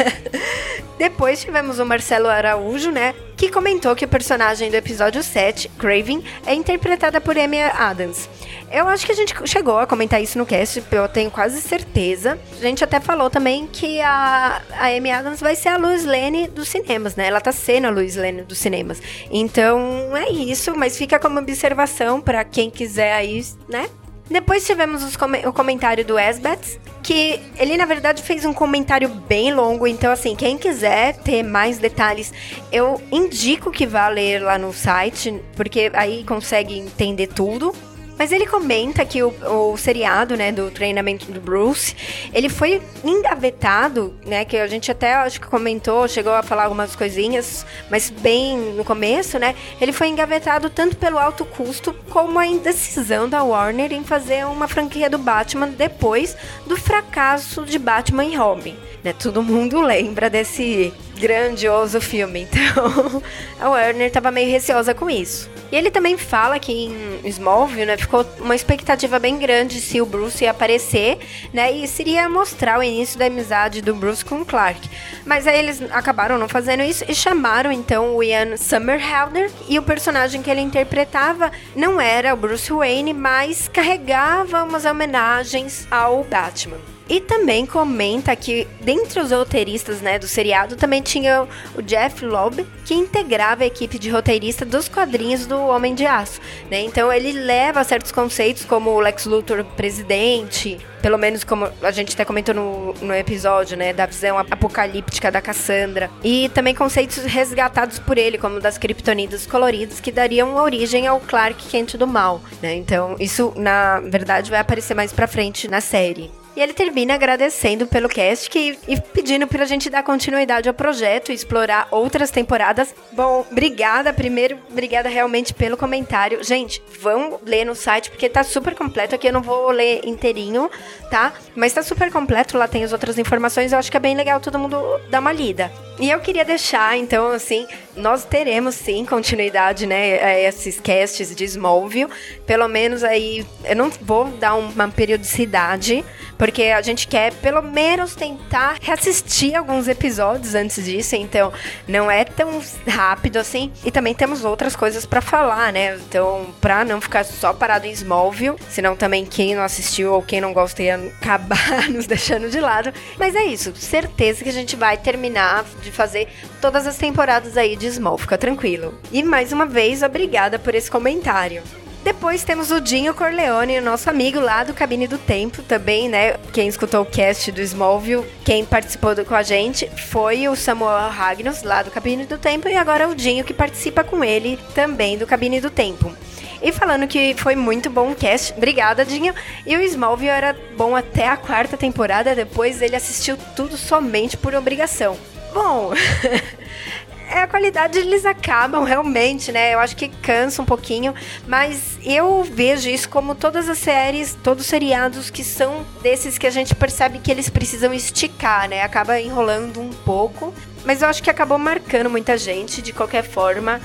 Depois tivemos o Marcelo Araújo, né? Que comentou que o personagem do episódio 7, Craven, é interpretada por Amy Adams. Eu acho que a gente chegou a comentar isso no cast, eu tenho quase certeza. A gente até falou também que a Amy Adams vai ser a Lois Lane dos cinemas, né? Ela tá sendo a Lois Lane dos cinemas. Então, é isso, mas fica como observação pra quem quiser aí, né? Depois tivemos o comentário do Esbets, que ele, na verdade, fez um comentário bem longo. Então, assim, quem quiser ter mais detalhes, eu indico que vá ler lá no site, porque aí consegue entender tudo. Mas ele comenta que o seriado, né, do treinamento do Bruce, ele foi engavetado, né, que a gente até, acho que comentou, chegou a falar algumas coisinhas, mas bem no começo, né, ele foi engavetado tanto pelo alto custo, como a indecisão da Warner em fazer uma franquia do Batman depois do fracasso de Batman e Robin, né, todo mundo lembra desse grandioso filme, então a Warner estava meio receosa com isso. E ele também fala que em Smallville, né, ficou uma expectativa bem grande se o Bruce ia aparecer, né, e seria mostrar o início da amizade do Bruce com o Clark. Mas aí eles acabaram não fazendo isso e chamaram então o Ian Somerhalder, e o personagem que ele interpretava não era o Bruce Wayne, mas carregava umas homenagens ao Batman. E também comenta que, dentre os roteiristas, né, do seriado, também tinha o Jeff Loeb, que integrava a equipe de roteirista dos quadrinhos do Homem de Aço, né? Então ele leva certos conceitos, como o Lex Luthor presidente, pelo menos como a gente até comentou no episódio, né, da visão apocalíptica da Cassandra, e também conceitos resgatados por ele, como das criptonidas coloridas, que dariam origem ao Clark Kent do mal, né? Então isso, na verdade, vai aparecer mais pra frente na série. E ele termina agradecendo pelo cast e pedindo pra gente dar continuidade ao projeto e explorar outras temporadas. Bom, obrigada realmente pelo comentário. Gente, vão ler no site, porque tá super completo. Aqui eu não vou ler inteirinho, tá? Mas tá super completo, lá tem as outras informações. Eu acho que é bem legal todo mundo dar uma lida. E eu queria deixar, então, assim, nós teremos sim continuidade, né, a esses casts de Smallville. Pelo menos aí, eu não vou dar uma periodicidade, porque a gente quer pelo menos tentar reassistir alguns episódios antes disso, então não é tão rápido assim. E também temos outras coisas pra falar, né? Então, pra não ficar só parado em Smallville, senão também quem não assistiu ou quem não gosta ia acabar nos deixando de lado. Mas é isso, certeza que a gente vai terminar de fazer todas as temporadas aí de Small, fica tranquilo. E mais uma vez, obrigada por esse comentário. Depois temos o Dinho Corleone, o nosso amigo lá do Cabine do Tempo também, né? Quem escutou o cast do Smallville, quem participou com a gente foi o Samuel Ragnos, lá do Cabine do Tempo, e agora o Dinho que participa com ele também do Cabine do Tempo. E falando que foi muito bom o cast, obrigada, Dinho. E o Smallville era bom até a 4ª temporada, depois ele assistiu tudo somente por obrigação. Bom... a qualidade eles acabam realmente, né? Eu acho que cansa um pouquinho, mas eu vejo isso como todas as séries, todos os seriados que são desses que a gente percebe que eles precisam esticar, né? Acaba enrolando um pouco, mas eu acho que acabou marcando muita gente de qualquer forma.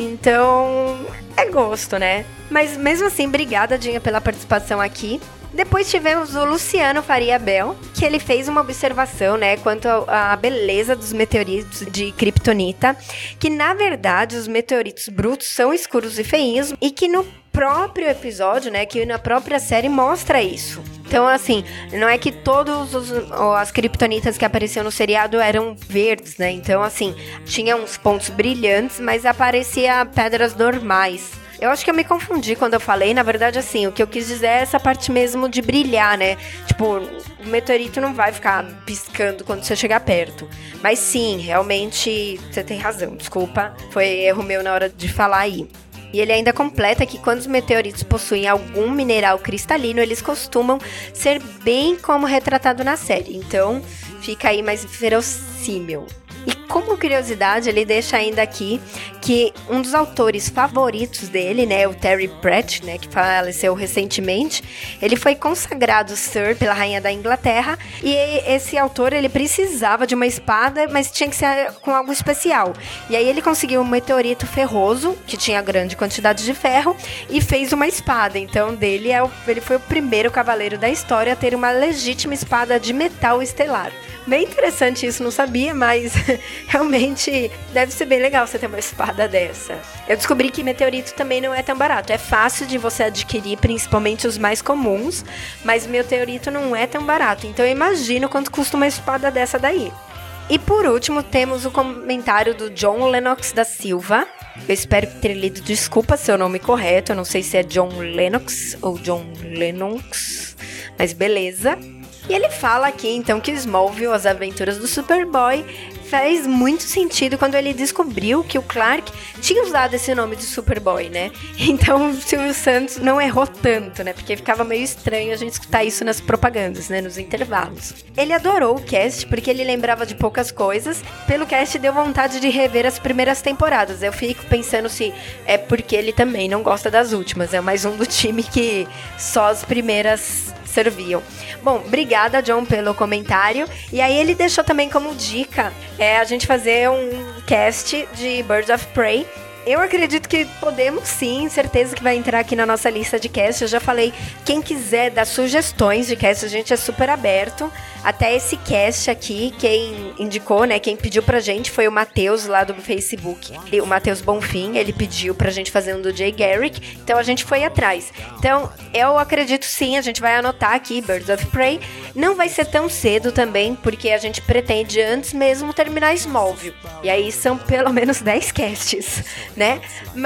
Então, é gosto, né? Mas mesmo assim, obrigada, Dinha, pela participação aqui. Depois tivemos o Luciano Faria Bel, que ele fez uma observação, né, quanto à beleza dos meteoritos de Kryptonita, que na verdade os meteoritos brutos são escuros e feinhos, e que no próprio episódio, né, que na própria série mostra isso. Então, assim, não é que todas as kryptonitas que apareciam no seriado eram verdes, né? Então, assim, tinha uns pontos brilhantes, mas aparecia pedras normais. Eu acho que eu me confundi quando eu falei, na verdade, assim, o que eu quis dizer é essa parte mesmo de brilhar, né? Tipo, o meteorito não vai ficar piscando quando você chegar perto. Mas sim, realmente, você tem razão, desculpa, foi erro meu na hora de falar aí. E ele ainda completa que quando os meteoritos possuem algum mineral cristalino, eles costumam ser bem como retratado na série. Então, fica aí mais verossímil. E como curiosidade, ele deixa ainda aqui que um dos autores favoritos dele, né, o Terry Pratchett, né, que faleceu recentemente, ele foi consagrado Sir pela Rainha da Inglaterra, e esse autor, ele precisava de uma espada, mas tinha que ser com algo especial. E aí ele conseguiu um meteorito ferroso, que tinha grande quantidade de ferro, e fez uma espada. Então, ele foi o primeiro cavaleiro da história a ter uma legítima espada de metal estelar. Bem interessante isso, não sabia, mas realmente deve ser bem legal você ter uma espada dessa. Eu descobri que meteorito também não é tão barato. É fácil de você adquirir, principalmente os mais comuns, mas meteorito não é tão barato. Então eu imagino quanto custa uma espada dessa daí. E por último, temos o comentário do John Lennox da Silva. Eu espero ter lido, desculpa seu nome correto, eu não sei se é John Lennox ou John Lennox, mas beleza. E ele fala aqui, então, que Smallville, as aventuras do Superboy, fez muito sentido quando ele descobriu que o Clark tinha usado esse nome de Superboy, né? Então o Silvio Santos não errou tanto, né? Porque ficava meio estranho a gente escutar isso nas propagandas, né? Nos intervalos. Ele adorou o cast porque ele lembrava de poucas coisas. Pelo cast deu vontade de rever as primeiras temporadas. Eu fico pensando se é porque ele também não gosta das últimas. É mais um do time que só as primeiras serviam. Bom, obrigada, John, pelo comentário. E aí ele deixou também como dica a gente fazer um cast de Birds of Prey. Eu acredito que podemos sim, certeza que vai entrar aqui na nossa lista de cast. Eu já falei, quem quiser dar sugestões de cast, a gente é super aberto. Até esse cast aqui, quem indicou, né, quem pediu pra gente foi o Matheus lá do Facebook. E o Matheus Bonfim, ele pediu pra gente fazer um do Jay Garrick, então a gente foi atrás. Então, eu acredito sim, a gente vai anotar aqui, Birds of Prey. Não vai ser tão cedo também, porque a gente pretende antes mesmo terminar Smallville. E aí são pelo menos 10 casts, né?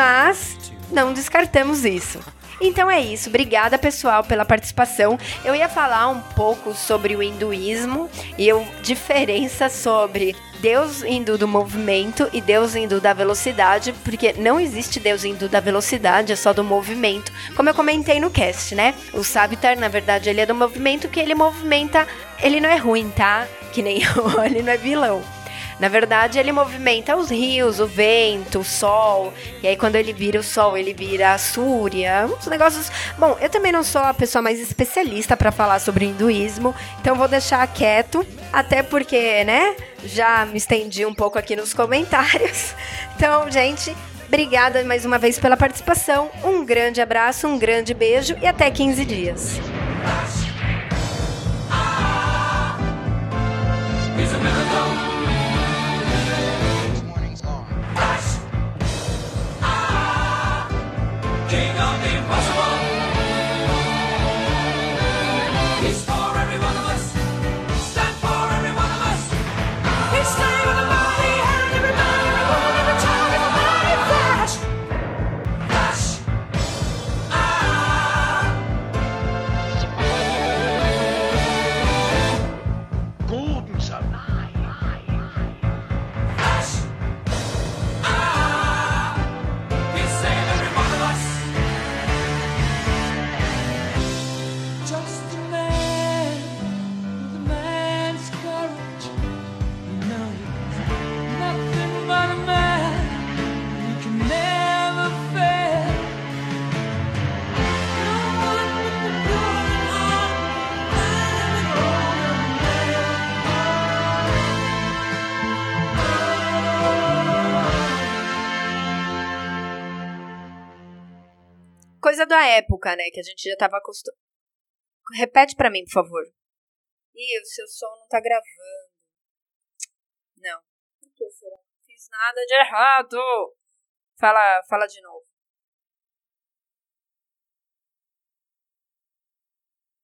Mas não descartamos isso. Então é isso, obrigada pessoal pela participação. Eu ia falar um pouco sobre o hinduísmo e a diferença sobre Deus hindu do movimento e Deus hindu da velocidade, porque não existe Deus hindu da velocidade, é só do movimento, como eu comentei no cast, né? O Savitar, na verdade, ele é do movimento, que ele movimenta, ele não é ruim, tá? Que nem eu, ele não é vilão. Na verdade, ele movimenta os rios, o vento, o sol. E aí, quando ele vira o sol, ele vira a Súria. Uns negócios... Bom, eu também não sou a pessoa mais especialista para falar sobre o hinduísmo. Então, vou deixar quieto. Até porque, né? Já me estendi um pouco aqui nos comentários. Então, gente... Obrigada mais uma vez pela participação. Um grande abraço, um grande beijo. E até 15 dias. King of the impossible. He's for every one of us. Stand for every one of us. He's staying with the body and every man, every woman, every child, every body. Flash, flash. Flash! Ah, he saved every one of us. Just a man with a man's courage. You know he's nothing but a man. He can never fail. No one but the good heart and the golden Coisa da época, né? Que a gente já tava acostumado. Repete pra mim, por favor. Ih, o seu som não tá gravando. Não. Por que será? Não fiz nada de errado. Fala de novo.